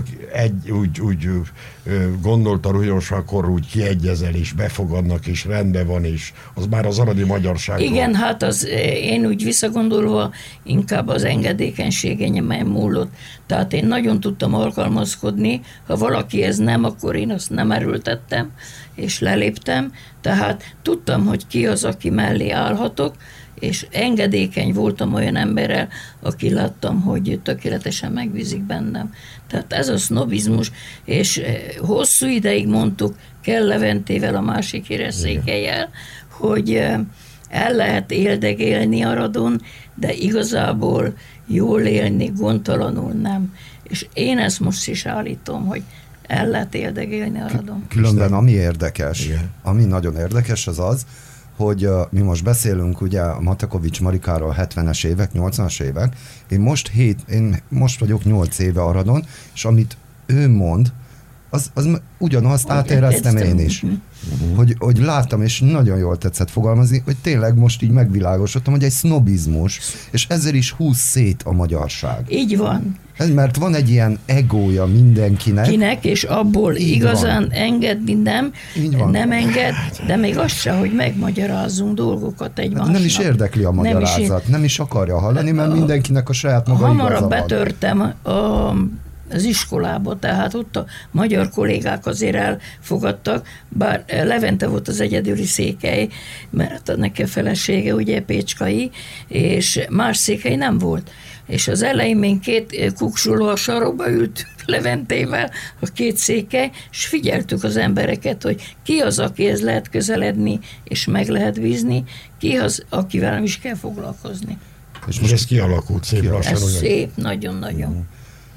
Speaker 2: úgy gondoltad, hogy most akkor úgy kiegyezel, és befogadnak, és rendben van, és az már az aradi magyarságról?
Speaker 3: Igen, hát én úgy visszagondolva inkább az engedékenységemen múlott. Tehát én nagyon tudtam alkalmazkodni, ha valaki ez nem, akkor én azt nem erőltettem, és leléptem, tehát tudtam, hogy ki az, aki mellé állhatok, és engedékeny voltam olyan emberrel, aki láttam, hogy tökéletesen megbízik bennem. Tehát ez a sznobizmus, és hosszú ideig mondtuk, kell Leventével, a másik híreszékellyel, hogy el lehet éldegélni Aradon, de igazából jól élni gondtalanul nem. És én ezt most is állítom, hogy el lehet éldegélni Aradon.
Speaker 1: Különben ami érdekes, ami nagyon érdekes, az az, hogy mi most beszélünk ugye a Matakovics Marikáról 70-es évek, 80-as évek, én most vagyok 8 éve Aradon, és amit ő mond, az ugyanazt átéreztem én is. Hogy láttam, és nagyon jól tetszett fogalmazni, hogy tényleg most így megvilágosodtam, hogy egy sznobizmus, és ezzel is húz szét a magyarság.
Speaker 3: Így van.
Speaker 1: Mert van egy ilyen egója mindenkinek.
Speaker 3: És abból így igazán van. Enged minden, nem enged, de még az se, hogy megmagyarázzunk dolgokat egymásnak.
Speaker 1: Nem is érdekli a magyarázat, nem is akarja hallani, mert mindenkinek a saját maga igaza van.
Speaker 3: Hamarabb betörtem az iskolába, tehát ott a magyar kollégák azért elfogadtak, bár Levente volt az egyedüli székely, mert nekem felesége ugye pécskai, és más székely nem volt. És az elején még 2 kuksuló a sarokba ült Leventével, a 2 székely, és figyeltük az embereket, hogy ki az, akihez lehet közeledni, és meg lehet bízni, ki az, akivel nem is kell foglalkozni.
Speaker 2: És most ez kialakult szép lassan.
Speaker 3: Ez szép, nagyon-nagyon.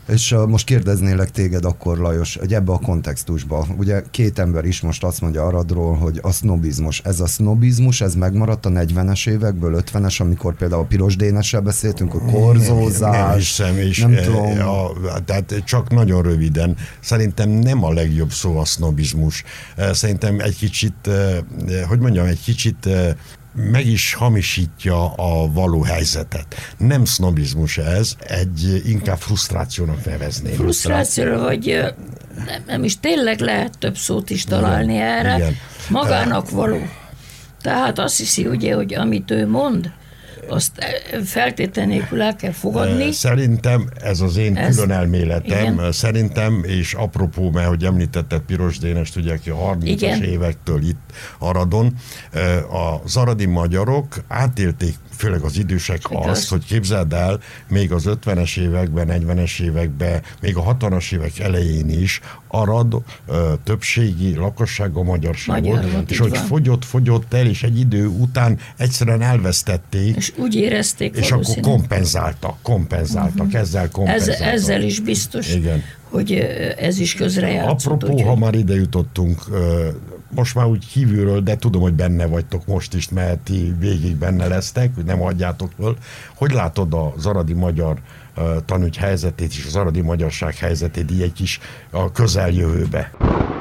Speaker 1: És most kérdeznélek téged akkor, Lajos, hogy ebbe a kontextusba, ugye két ember is most azt mondja Aradról, hogy a sznobizmus. Ez a sznobizmus, ez megmaradt a 40-es évekből, 50-es, amikor például a Piros Dénessel beszéltünk, hogy korzózás, nem tudom.
Speaker 2: Tehát csak nagyon röviden. Szerintem nem a legjobb szó a sznobizmus. Szerintem egy kicsit, egy kicsit meg is hamisítja a való helyzetet. Nem sznobizmus ez, inkább frusztrációnak nevezném.
Speaker 3: Frusztrációra, vagy nem is tényleg lehet több szót is találni igen, erre. Igen. Magának való. Tehát azt hiszi ugye, hogy amit ő mond, azt feltétlen nélkül el kell fogadni.
Speaker 2: Szerintem ez az én külön elméletem. Igen. Szerintem, és apropó, mert hogy említetted Piros Dénest, ugye, aki a 30-as évektől itt Aradon, az aradi magyarok átélték, főleg az idősek azt, hogy képzeld el, még az 50-es években, 40-es években, még a 60-as évek elején is Arad többségi lakossága magyarság volt, és hogy fogyott el, és egy idő után egyszerűen elvesztették.
Speaker 3: És úgy érezték
Speaker 2: és akkor kompenzáltak, ezzel kompenzáltak.
Speaker 3: Ezzel is biztos, igen, hogy ez is közrejátszott.
Speaker 2: Apropó, ha már ide jutottunk, most már úgy kívülről, de tudom, hogy benne vagytok most is, mert ti végig benne lesztek, hogy nem adjátok föl. Hogy látod az aradi magyar tanügy helyzetét és az aradi magyarság helyzetét így egy kis a közeljövőbe?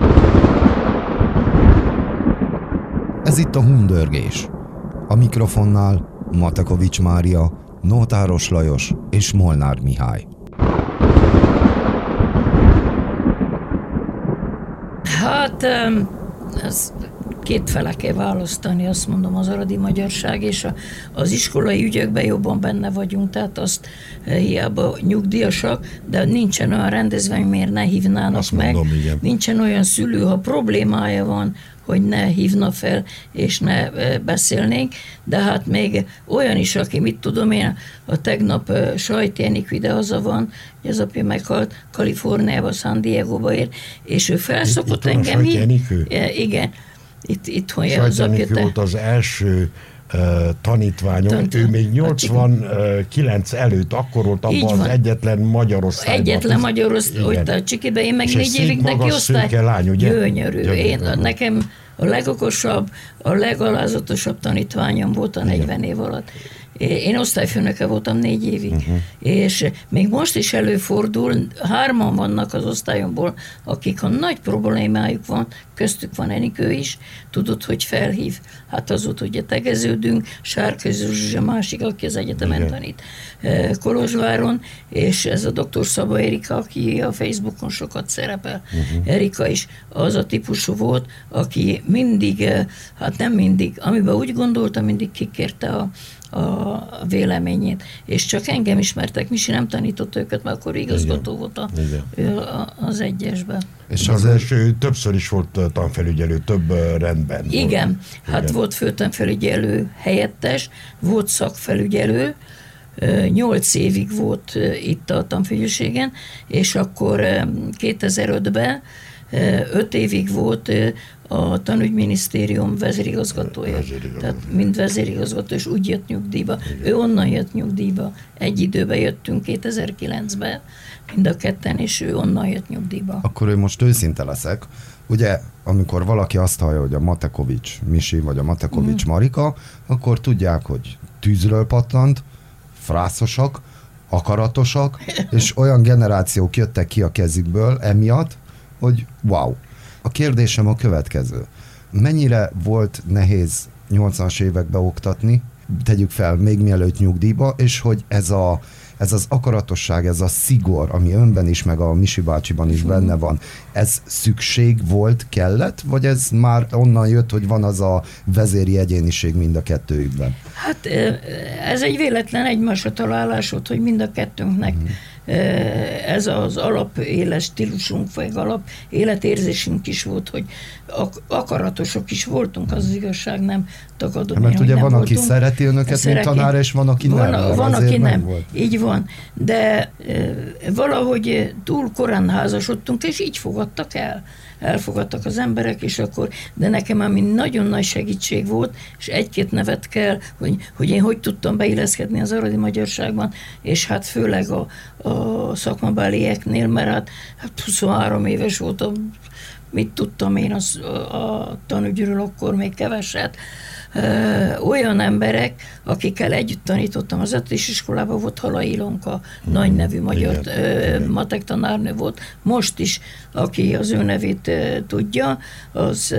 Speaker 1: Ez itt a Hundörgés. A mikrofonnál Matekovics Mária, Nótáros Lajos és Molnár Mihály.
Speaker 3: Hát ez kétfele kell választani, azt mondom, az aradi magyarság, és az iskolai ügyekben jobban benne vagyunk, tehát azt hiába nyugdíjasak, de nincsen olyan rendezvény, miért ne hívnának azt meg. Mondom, nincsen olyan szülő, ha problémája van, hogy ne hívna fel, és ne beszélnénk, de hát még olyan is, aki, mit tudom én, a tegnap Sajt Enikő ide haza van, hogy az apja meghalt, Kaliforniába, San Diego-ba ér, és ő felszokott engem hívni. Igen. Itthon
Speaker 2: az apja. Volt az első tanítványom, ő még 89 előtt, akkor volt abban az egyetlen Magyarosztályban.
Speaker 3: Egyetlen Magyarosztály, Csikibe, én meg 4 évig neki osztály. Gyönyörű. Nekem a legokosabb, a legalázatosabb tanítványom volt a 40 év alatt. Én osztályfőnöke voltam 4 évig, és még most is előfordul, 3-an vannak az osztályomból, akik, ha nagy problémájuk van, köztük van Enikő is, tudod, hogy felhív. Hát azóta ugye tegeződünk, Sárközi Zsuzsa másik, aki az egyetemen tanít Kolozsváron, és ez a dr. Szaba Erika, aki a Facebookon sokat szerepel. Erika is az a típusú volt, aki mindig, hát nem mindig, amiben úgy gondolta, mindig kikérte a véleményét. És csak engem ismertek, Misi nem tanított őket, mert akkor igazgató volt az egyesben.
Speaker 2: És az első többször is volt tanfelügyelő, több rendben.
Speaker 3: Igen, hát volt főtanfelügyelő helyettes, volt szakfelügyelő, 8 évig volt itt a tanfelügyelőségen, és akkor 2005-ben 5 évig volt a tanügyminisztérium vezérigazgatója. Tehát mind vezérigazgató, és úgy jött nyugdíjba. Igen. Ő onnan jött nyugdíjba. Egy időben jöttünk 2009-ben, mind a ketten, és ő onnan jött nyugdíjba.
Speaker 1: Akkor ő most őszinte leszek. Ugye, amikor valaki azt hallja, hogy a Matekovics Misi, vagy a Matekovics Marika, akkor tudják, hogy tűzről pattant, frászosak, akaratosak, és olyan generációk jöttek ki a kezükből emiatt, hogy wow. A kérdésem a következő. Mennyire volt nehéz 80-as években oktatni, tegyük fel, még mielőtt nyugdíjba, és hogy ez az akaratosság, ez a szigor, ami önben is, meg a Misi bácsiban is benne van, ez szükség volt, kellett, vagy ez már onnan jött, hogy van az a vezéri egyéniség mind a kettőjükben?
Speaker 3: Hát ez egy véletlen egymásra találás volt, hogy mind a kettőnknek ez az alapéles stílusunk, vagy alap életérzésünk is volt, hogy akaratosok is voltunk, az igazság, nem tagadom.
Speaker 1: Mert ugye van, aki szereti önöket, mint tanár, és van, aki nem.
Speaker 3: Van, aki nem. Így van. De valahogy túl korán házasodtunk, és így fogadtak el. elfogadtak az emberek, és akkor, de nekem ami nagyon nagy segítség volt, és egy-két nevet kell, hogy én hogy tudtam beilleszkedni az aradi magyarságban, és hát főleg a szakmabelieknél, mert hát 23 éves voltam, mit tudtam én a tanügyről akkor még keveset. Olyan emberek, akikkel együtt tanítottam az ötös iskolában, volt Halai Ilonka, nagy nevű magyar matek tanárnő volt, most is, aki az ő nevét tudja, az,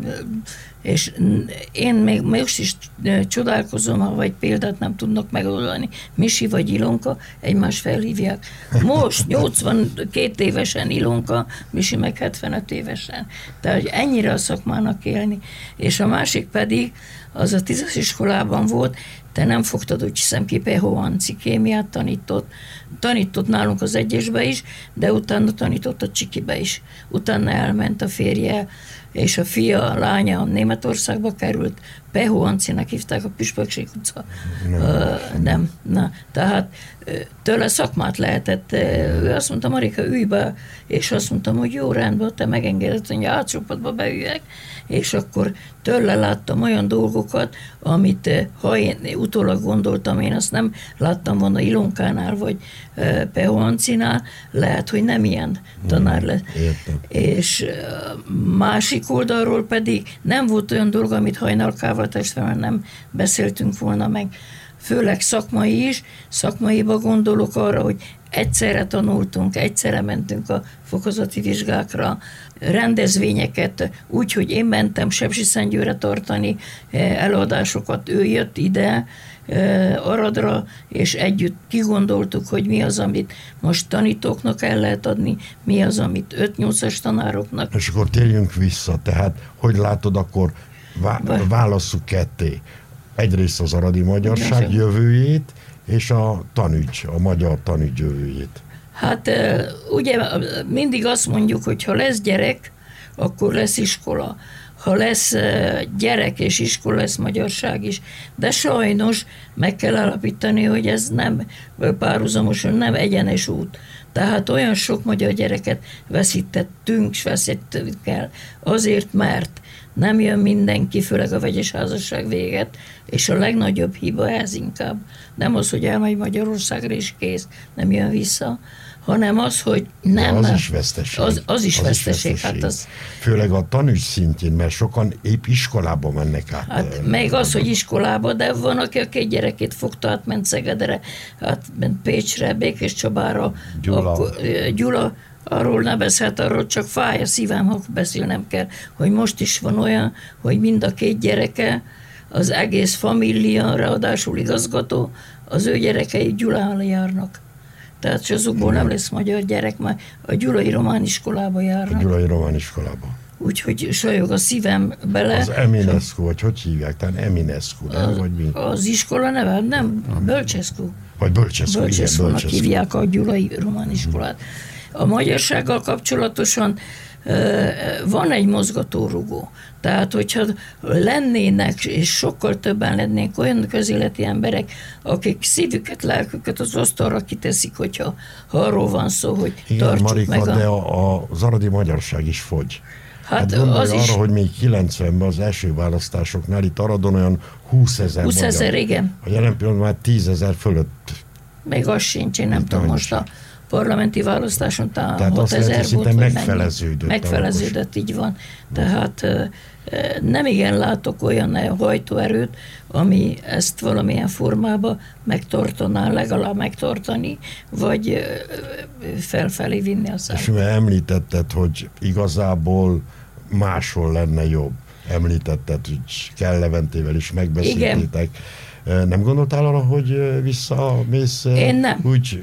Speaker 3: és én még most is csodálkozom, ha vagy példát nem tudnak megoldani, Misi vagy Ilonka, egymást felhívják. Most 82 évesen Ilonka, Misi meg 75 évesen. Tehát ennyire a szakmának élni. És a másik pedig, az a 10-es iskolában volt, te nem fogtad, úgy hiszem ki, Peho Anci kémiát tanított nálunk az egyesbe is, de utána tanított a Csikibe is. Utána elment a férje, és a fia, a lánya Németországba került, Peho Ancinak hívták, a Püspökség utca. Nem. Tehát tőle szakmát lehetett. Ő azt mondta, Marika, ülj be, és azt mondtam, hogy jó, rendben, te megengedett, hogy átcsoportba beüljek, és akkor tőle láttam olyan dolgokat, amit ha én utólag gondoltam, én azt nem láttam volna Ilonkánál, vagy Peho Ancinál, lehet, hogy nem ilyen tanár lett. És másik oldalról pedig nem volt olyan dolog, amit Hajnalkával testvéremmel nem beszéltünk volna meg, főleg szakmai is. Szakmaiba gondolok arra, hogy egyszerre tanultunk, egyszerre mentünk a fokozati vizsgákra, rendezvényeket, úgyhogy én mentem Sepsiszentgyőre tartani előadásokat, ő jött ide Aradra, és együtt kigondoltuk, hogy mi az, amit most tanítóknak el lehet adni, mi az, amit 5-8-as tanároknak.
Speaker 2: És akkor térjünk vissza, tehát hogy látod, akkor válasszuk ketté. Egyrészt az aradi magyarság jövőjét, és a magyar tanügy jövőjét.
Speaker 3: Hát ugye mindig azt mondjuk, hogy ha lesz gyerek, akkor lesz iskola. Ha lesz gyerek és iskola, lesz magyarság is. De sajnos meg kell állapítani, hogy ez nem párhuzamosan, nem egyenes út. Tehát olyan sok magyar gyereket veszítettünk, és veszítettünk el. Azért, mert nem jön mindenki, főleg a vegyes házasság véget, és a legnagyobb hiba ez inkább. Nem az, hogy elmegy Magyarországra és kész, nem jön vissza, hanem az, hogy nem.
Speaker 2: Az is veszteség.
Speaker 3: Az is veszteség. Hát az,
Speaker 2: főleg a tanügy szintjén, mert sokan épp iskolába mennek át.
Speaker 3: Hát meg az, hogy iskolába, de van, aki a 2 gyerekét fogta, átment Szegedre, átment Pécsre, Békéscsabára, Gyula, arról ne beszélt, arról csak fáj a szívem, ha beszélnem kell, hogy most is van olyan, hogy mind a 2 gyereke, az egész família, ráadásul igazgató, az ő gyerekei Gyulára járnak. Tehát azokból nem lesz magyar gyerek, mert a Gyulai Román iskolába járnak.
Speaker 2: A Gyulai Román iskolába.
Speaker 3: Úgyhogy sajog a szívem bele.
Speaker 2: Az Eminescu, vagy hogy hívják? Tehát Eminescu, nem? Vagy mi?
Speaker 3: Az iskola neve, nem, Bölcsescu.
Speaker 2: Vagy Bölcsescu, igen, Bölcsescu.
Speaker 3: Hívják a Gyulai Román iskolát. A magyarsággal kapcsolatosan van egy mozgatórugó. Tehát, hogyha lennének, és sokkal többen lennénk olyan közéleti emberek, akik szívüket, lelküket az asztalra kiteszik, hogyha arról van szó, hogy
Speaker 2: igen,
Speaker 3: tartsuk
Speaker 2: Marika,
Speaker 3: meg
Speaker 2: de az aradi magyarság is fogy.
Speaker 3: Hát
Speaker 2: gondolj
Speaker 3: az
Speaker 2: arra,
Speaker 3: is,
Speaker 2: hogy még 90-ben az első választásoknál itt Aradon olyan 20 000
Speaker 3: 20 000, igen.
Speaker 2: A jelen pillanatban már 10 000 fölött.
Speaker 3: Még az sincs, én nem tudom most a parlamenti választáson talán
Speaker 2: 6 000 volt.
Speaker 3: Megfeleződött. Megfeleződött, így van. Tehát nem igen látok olyan hajtóerőt, ami ezt valamilyen formában megtartaná, legalább megtartani, vagy felfelé vinni a számot.
Speaker 2: És mert említetted, hogy igazából máshol lenne jobb. Említetted, hogy Kell Leventével is megbeszéltétek. Nem gondoltál arra, hogy visszamész?
Speaker 3: Én nem.
Speaker 2: Úgy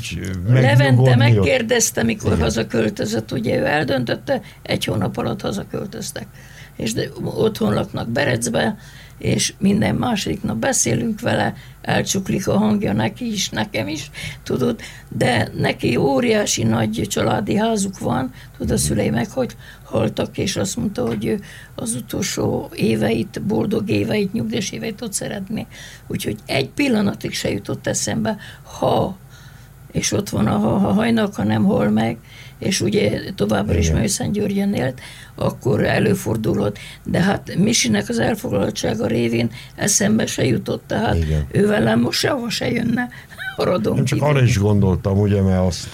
Speaker 3: Levente megkérdezte, mikor hazaköltözött, ugye ő eldöntötte, 1 hónap alatt hazaköltöztek. És otthon laknak Berecbe, és minden második nap beszélünk vele, elcsuklik a hangja neki is, nekem is, tudod, de neki óriási nagy családi házuk van, tudod, a szülei meg hogy haltak, és azt mondta, hogy ő az utolsó éveit, boldog éveit, nyugdíjas éveit ott szeretné. Úgyhogy egy pillanatig se jutott eszembe, ha és ott van a hajnak, ha nem hol meg, és ugye továbbra is Mőszentgyörgyön élt, akkor előfordulhat. De hát Misinek az elfoglaltsága révén eszembe se jutott, tehát ő velem most sehova se jönne.
Speaker 2: Én csak arra is gondoltam, ugye, mert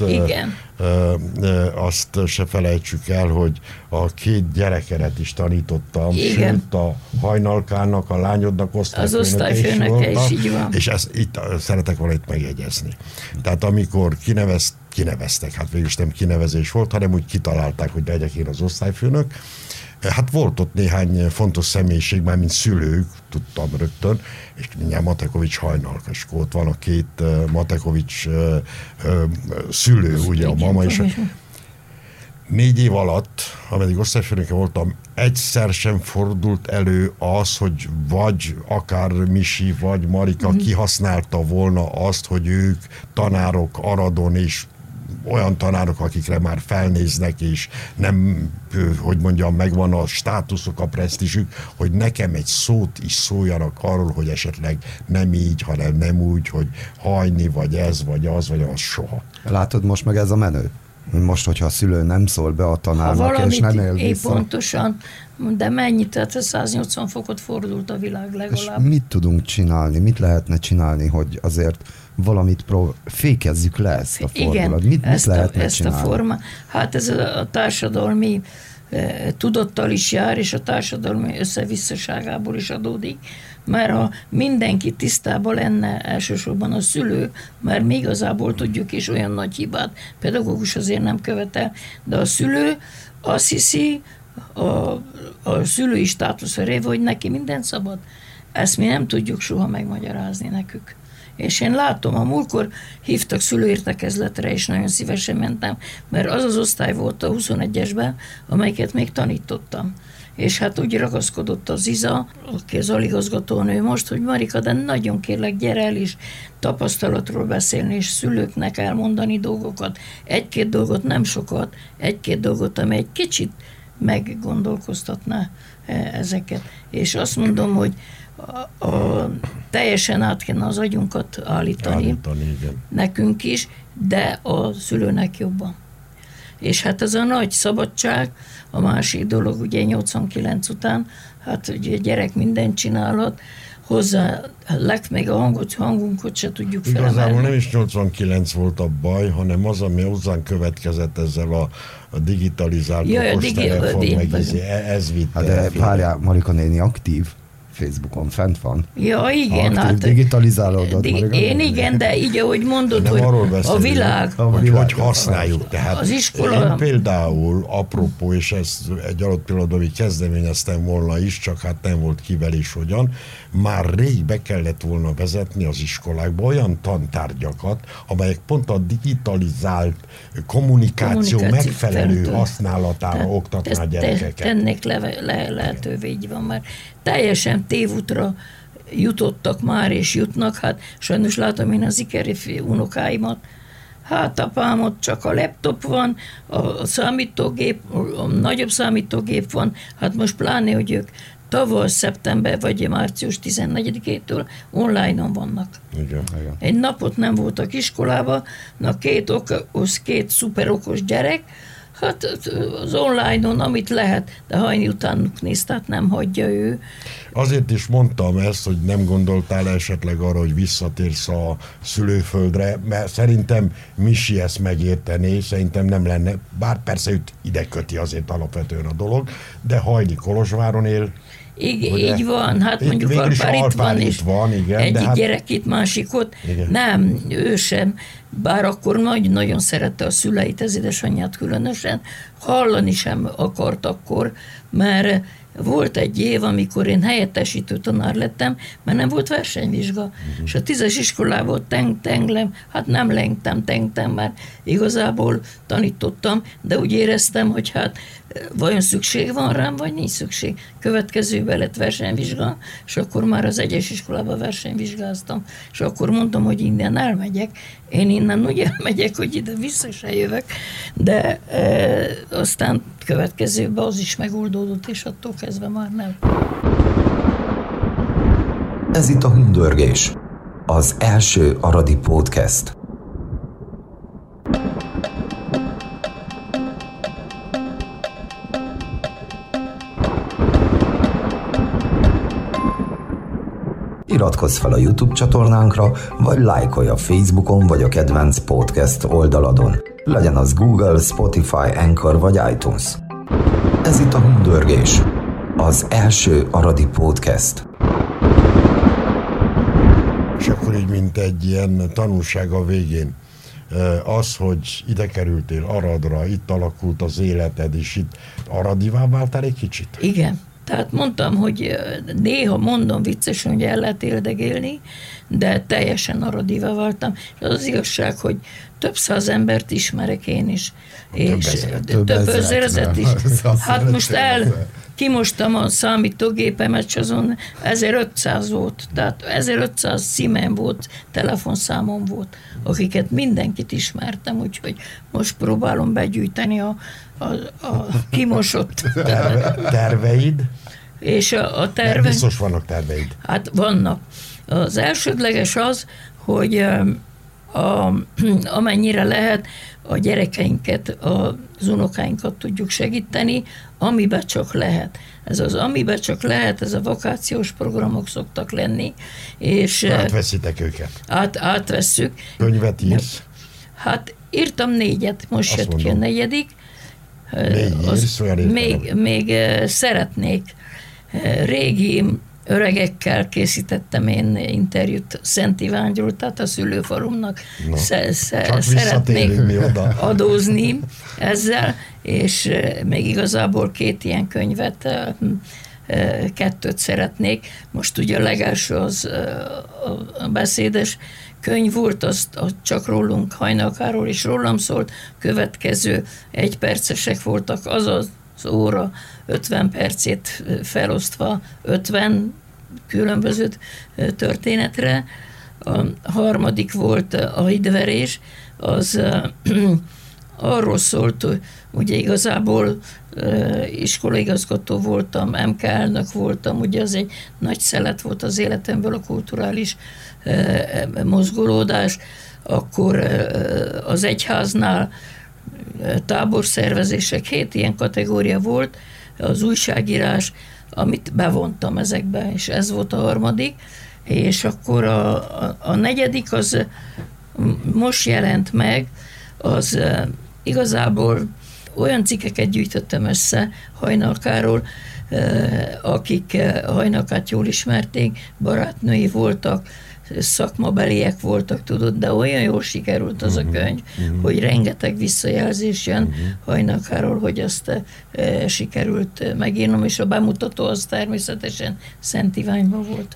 Speaker 2: azt se felejtsük el, hogy a 2 gyerekedet is tanítottam, sőt a Hajnalkának, a lányodnak
Speaker 3: osztályfőnöke is így van.
Speaker 2: És ezt itt szeretek volna itt megjegyezni. Tehát amikor kineveztek, hát végülis nem kinevezés volt, hanem úgy kitalálták, hogy legyek én az osztályfőnök. Hát volt ott néhány fontos személyiség, már mint szülők, tudtam rögtön, és mindjárt Matekovics Hajnalka, és ott van a 2 Matekovics szülő, ugye a mama is. 4 év alatt, ameddig osztályfőnöke voltam, egyszer sem fordult elő az, hogy vagy akár Misi, vagy Marika kihasználta volna azt, hogy ők tanárok Aradon, és olyan tanárok, akikre már felnéznek, és nem, hogy mondjam, megvan a státuszok, a presztízsük, hogy nekem egy szót is szóljanak arról, hogy esetleg nem így, hanem nem úgy, hogy hajni, vagy ez, vagy az soha.
Speaker 1: Látod, most meg ez a menő? Most, hogyha a szülő nem szól be a tanárnak, és nem él vissza.
Speaker 3: Pontosan, de mennyit, tehát 180 fokot fordult a világ legalább.
Speaker 1: És mit tudunk csinálni, mit lehetne csinálni, hogy azért valamit fékezzük le ezt a fordulat? Mit lehetne csinálni?
Speaker 3: Hát ez a társadalmi tudattal is jár, és a társadalmi összevisszaságából is adódik, mert ha mindenki tisztában lenne, elsősorban a szülő, mert mi igazából tudjuk, és olyan nagy hibát pedagógus azért nem követel, de a szülő azt hiszi, a szülői státuszra révő, hogy neki minden szabad. Ezt mi nem tudjuk soha megmagyarázni nekük. És én látom, a múltkor hívtak szülőértekezletre, és nagyon szívesen mentem, mert az az osztály volt a 21-esben, amelyiket még tanítottam. És hát úgy ragaszkodott az Iza, aki az aligazgatónő most, hogy Marika, de nagyon kérlek, gyere el is tapasztalatról beszélni, és szülőknek elmondani dolgokat. 1-2 dolgot, nem sokat, 1-2 dolgot, ami egy kicsit meggondolkoztatná ezeket. És azt mondom, hogy teljesen át kéne az agyunkat állítani nekünk is, de a szülőnek jobban. És hát ez a nagy szabadság, a másik dolog, ugye 89 után, hát ugye gyerek mindent csinálhat, hozzá még a hangunkat se tudjuk felemelni.
Speaker 2: Igazából nem is 89 volt a baj, hanem az, ami hozzánk következett ezzel a digitalizált okostelefon, meg ez vitte.
Speaker 1: Hát de várjál, Marika néni aktív. Facebookon fent van.
Speaker 3: Ja, igen.
Speaker 1: Aktív, digitalizálódott.
Speaker 3: Én igen, de így, ahogy mondod, hogy a világ.
Speaker 2: Hogy használjuk. Tehát
Speaker 3: az iskola.
Speaker 2: Én például, apropó, és ezt egy adott pillanatban kezdeményeztem volna is, csak hát nem volt kivel és hogyan, már rég be kellett volna vezetni az iskolákba olyan tantárgyakat, amelyek pont a digitalizált kommunikáció megfelelő használatára oktatná a gyerekeket.
Speaker 3: Tennék lehetővé, így van, mert teljesen tévútra jutottak már, és jutnak, hát sajnos látom én az ikeri unokáimat, hát apámot csak a laptop van, a számítógép, a nagyobb számítógép van, hát most pláne, hogy ők tavasz, szeptember vagy március 14-től online-on vannak.
Speaker 2: Igen.
Speaker 3: Egy napot nem voltak iskolába, két szuper okos gyerek, hát az online-on, amit lehet, de hajni utánuk néz, tehát nem hagyja ő.
Speaker 2: Azért is mondtam ezt, hogy nem gondoltál esetleg arra, hogy visszatérsz a szülőföldre, mert szerintem Misi ezt megértené, szerintem nem lenne, bár persze őt ide köti azért alapvetően a dolog, de Hajni Kolozsváron él.
Speaker 3: Így van, hát mondjuk Alpár itt van, igen, egyik hát... gyerek itt, másik ott. Igen. Nem, ő sem, bár akkor nagyon szerette a szüleit, az édesanyját különösen, hallani sem akart akkor, mert volt egy év, amikor én helyettesítő tanár lettem, mert nem volt versenyvizsga. És a 10-es iskolában tengtem, mert igazából tanítottam, de úgy éreztem, hogy hát vajon szükség van rám, vagy nincs szükség. Következőben lett versenyvizsga, és akkor már az 1-es iskolában versenyvizsgáztam, és akkor mondtam, hogy innen elmegyek. Én innen úgy elmegyek, hogy ide vissza se jövök, de aztán következőben az is megoldódott, és attól kezdve már nem.
Speaker 4: Ez itt a Hundörgés, az első aradi podcast. Iratkozz fel a YouTube csatornánkra, vagy lájkolj a Facebookon vagy a kedvenc podcast oldaladon. Legyen az Google, Spotify, Anchor vagy iTunes. Ez itt a Hundörgés, az első aradi podcast.
Speaker 2: És akkor így, mint egy ilyen tanulság a végén, az, hogy ide kerültél Aradra, itt alakult az életed, és itt aradivá váltál egy kicsit?
Speaker 3: Igen. Tehát mondtam, hogy néha mondom viccesen, hogy el lehet éldegélni, de teljesen aradivá váltam. Az igazság, hogy több száz embert ismerek én is. És több ezeret is. Hát most kimostam a számítógépemet, és azon 1500 volt. Tehát 1500 címem volt, telefonszámom volt, akiket mindenkit ismertem, úgyhogy most próbálom begyűjteni a kimosott.
Speaker 2: Terveid?
Speaker 3: És a terve...
Speaker 2: Biztos vannak terveid.
Speaker 3: Hát vannak. Az elsődleges az, hogy amennyire lehet a gyerekeinket, az unokáinkat tudjuk segíteni, amiben csak lehet. Ez az amiben csak lehet, ez a vakációs programok szoktak lenni. És
Speaker 2: átveszitek őket.
Speaker 3: Átvesszük.
Speaker 2: Könyvet írsz?
Speaker 3: Hát írtam 4, most jött ki a 4. Még szeretnék. Régi öregekkel készítettem én interjút Szent Ivángyról, tehát a szülőfalumnak szeretnék adózni ezzel, és még igazából 2 ilyen könyvet, 2 szeretnék. Most ugye a legelső az a beszédes könyv volt, azt csak rólunk, Hajnalkáról is rólam szólt, következő 1 percesek voltak, az az óra 50 percét felosztva 50 különböző történetre. A harmadik volt a hídverés, az arról szólt, ugye igazából iskolaigazgató voltam, MK elnök voltam, ugye az egy nagy szelet volt az életemből a kulturális mozgolódás, akkor az egyháznál táborszervezések, 7 ilyen kategória volt, az újságírás, amit bevontam ezekbe, és ez volt a harmadik, és akkor a 4. az most jelent meg, az igazából olyan cikkeket gyűjtöttem össze Hajnalkáról, akik Hajnalkát jól ismerték, barátnői voltak, szakmabeliek voltak, tudod, de olyan jól sikerült az a könyv, hogy rengeteg visszajelzés jön Hajnalkáról, hogy azt sikerült megírnom, és a bemutató az természetesen Szent Iványban volt.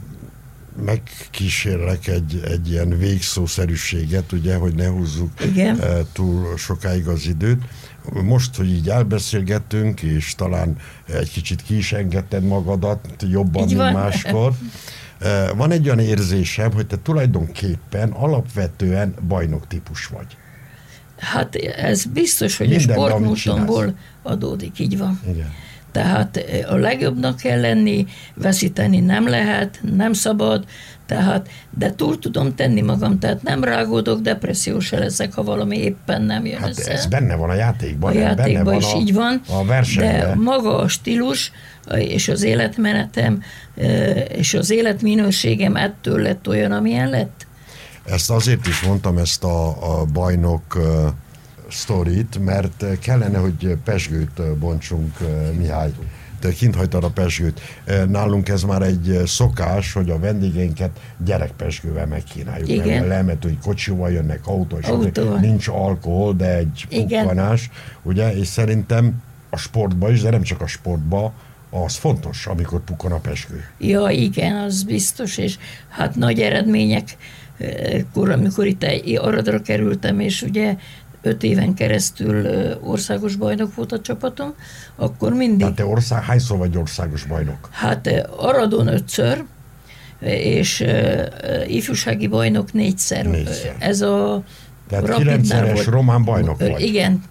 Speaker 2: Megkísérlek egy ilyen végszószerűséget, ugye, hogy ne húzzuk túl sokáig az időt. Most, hogy így elbeszélgettünk, és talán egy kicsit ki is engedted magadat jobban, mint máskor, van egy olyan érzésem, hogy te tulajdonképpen alapvetően bajnok típus vagy.
Speaker 3: Hát ez biztos, hogy minden, a sportmúltomból adódik, így van. Igen. Tehát a legjobbnak kell lenni, veszíteni nem lehet, nem szabad, tehát, de túl tudom tenni magam, tehát nem rágódok, depressziós se leszek, ha valami éppen nem jön össze.
Speaker 2: Ez benne van a játékban.
Speaker 3: A játékban is így van,
Speaker 2: a versenyben.
Speaker 3: De maga a stílus és az életmenetem és az életminőségem ettől lett olyan, amilyen lett.
Speaker 2: Ezt azért is mondtam, ezt a bajnok sztorit, mert kellene, hogy pezsgőt bontsunk, Mihály. Te kint hagytad a pezsgőt. Nálunk ez már egy szokás, hogy a vendégeinket gyerekpezsgővel megkínáljuk.
Speaker 3: Igen.
Speaker 2: Mert lehető, hogy kocsival jönnek, autóval. Nincs alkohol, de egy pukkanás. Ugye? És szerintem a sportban is, de nem csak a sportban, az fontos, amikor pukkan a pezsgő.
Speaker 3: Ja, igen, az biztos, és hát nagy eredmények, amikor itt Aradra kerültem, és ugye 5 éven keresztül országos bajnok volt a csapatom, akkor mindig...
Speaker 2: Tehát te hányszor vagy országos bajnok?
Speaker 3: Hát Aradon 5-ször, és ifjúsági bajnok 4-szer. Ez a...
Speaker 2: Tehát 9-szeres román bajnok vagy.
Speaker 3: Igen.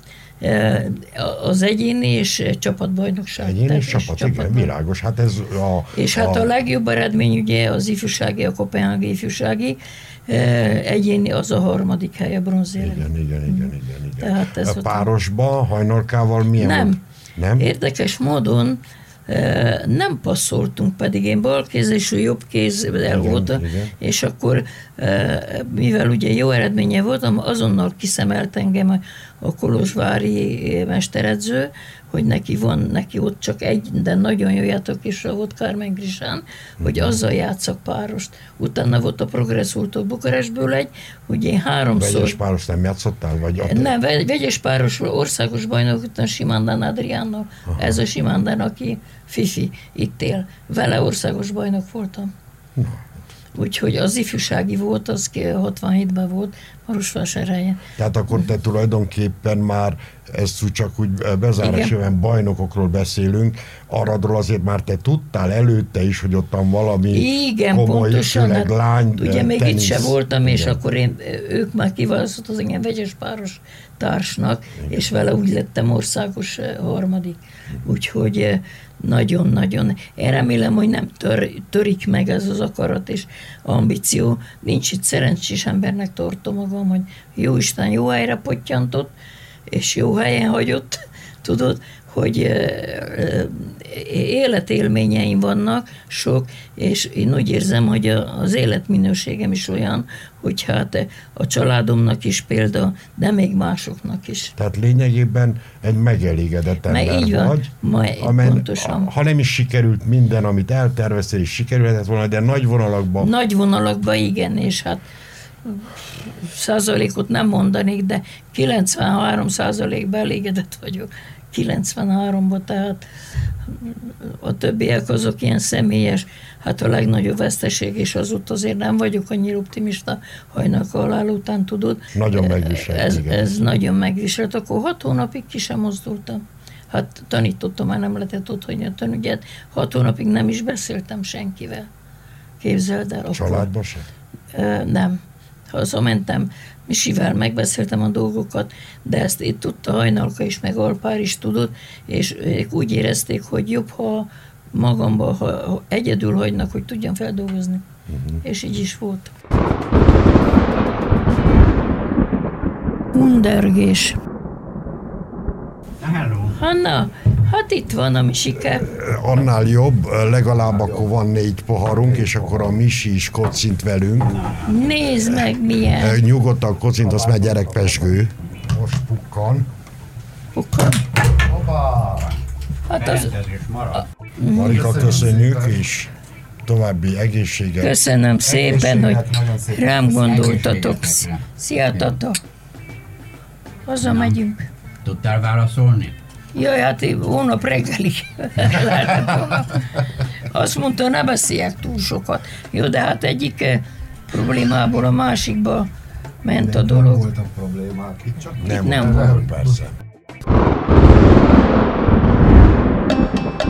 Speaker 3: Az egyéni és csapatbajnokság.
Speaker 2: Egyéni és csapat, igen, világos. Hát ez
Speaker 3: és hát a legjobb eredmény ugye az ifjúsági, a kopenhági ifjúsági, egyéni az a 3. hely, a bronzérem.
Speaker 2: Igen.
Speaker 3: Tehát ez
Speaker 2: a párosban Hajnalkával milyen
Speaker 3: nem.
Speaker 2: volt? Nem?
Speaker 3: Érdekes módon nem passzoltunk, pedig én balkéz és ő jobb kézzel voltam, és akkor, mivel ugye jó eredménye voltam, azonnal kiszemelt engem a kolozsvári mesteredző, hogy neki ott csak egy, de nagyon jó játékosra volt Carmen Grisán, hogy azzal játszak párost. Utána volt a Progresszultól Bukarestből egy, hogy én 3-szor...
Speaker 2: Vegyes páros nem játszottál? Vagy
Speaker 3: nem, vegyes páros országos bajnok után Simandán Adriánnal. Ez a Simandán, aki Fifi itt él. Vele országos bajnok voltam. Úgyhogy az ifjúsági volt, az 67-ben volt Marosvásárhelyen.
Speaker 2: Tehát akkor te tulajdonképpen már ezt csak úgy bezárásében bajnokokról beszélünk, Aradról azért már te tudtál előtte is, hogy ottan valami
Speaker 3: igen,
Speaker 2: komoly,
Speaker 3: pontosan,
Speaker 2: főleg lány
Speaker 3: ugye még
Speaker 2: tenisz.
Speaker 3: itt se voltam, és
Speaker 2: Igen.
Speaker 3: akkor ők már kiválasztott az engem vegyes páros társnak, és vele úgy lettem országos harmadik. Úgyhogy nagyon-nagyon, én remélem, hogy nem törik meg ez az akarat és ambíció. Nincs itt szerencsés embernek tartom magam, hogy Jóisten jó helyre pottyantott, és jó helyen hagyott, tudod, hogy életélményeim vannak sok, és én úgy érzem, hogy az életminőségem is olyan, hogy hát a családomnak is példa, de még másoknak is.
Speaker 2: Tehát lényegében egy megelégedett ember
Speaker 3: így
Speaker 2: vagy,
Speaker 3: pontosan.
Speaker 2: Ha nem is sikerült minden, amit elterveztél, és sikerülhetett volna, de nagy vonalakban...
Speaker 3: Nagy vonalakban igen, és hát százalékot nem mondanék, de 93%-ban elégedett vagyok. 93-ban, tehát a többiek azok ilyen személyes, hát a legnagyobb veszteség, és azóta azért nem vagyok annyira optimista Hajnalka halál után, tudod.
Speaker 2: Nagyon megviselt.
Speaker 3: Ez nagyon megviselt. Akkor 6 hónapig ki sem mozdultam. Hát tanítottam, már nem lehetett ott hagyni a tanügyet. 6 hónapig nem is beszéltem senkivel. Képzeld el.
Speaker 2: Családban sem?
Speaker 3: Nem. Hazamentem, Misivel megbeszéltem a dolgokat, de ezt itt tudta Hajnalka is, meg Alpár is tudott, és ők úgy érezték, hogy jobb, ha magamba, ha egyedül hagynak, hogy tudjam feldolgozni. És így is volt. Hundergés.
Speaker 5: Hello.
Speaker 3: Hanna, hát itt van a Misike.
Speaker 2: Annál jobb, legalább akkor van 4 poharunk, és akkor a Misi is kocint velünk.
Speaker 3: Nézd meg, milyen.
Speaker 2: Nyugodtan kocintasz, mert gyerekpesgő. Most pukkan.
Speaker 3: Hát az...
Speaker 2: Marika, köszönjük, és további egészséget.
Speaker 3: Köszönöm szépen, hogy rám gondoltatok. Szia, Tata. Hazamegyünk.
Speaker 5: Tudtál válaszolni?
Speaker 3: Jaj, hát hónap reggelig lehetett volna. Azt mondta, ne beszéljek túl sokat. Jó, de hát egyik problémából a másikba ment a dolog.
Speaker 1: Nem voltak problémák, itt csak
Speaker 3: Nem volt.
Speaker 2: Persze.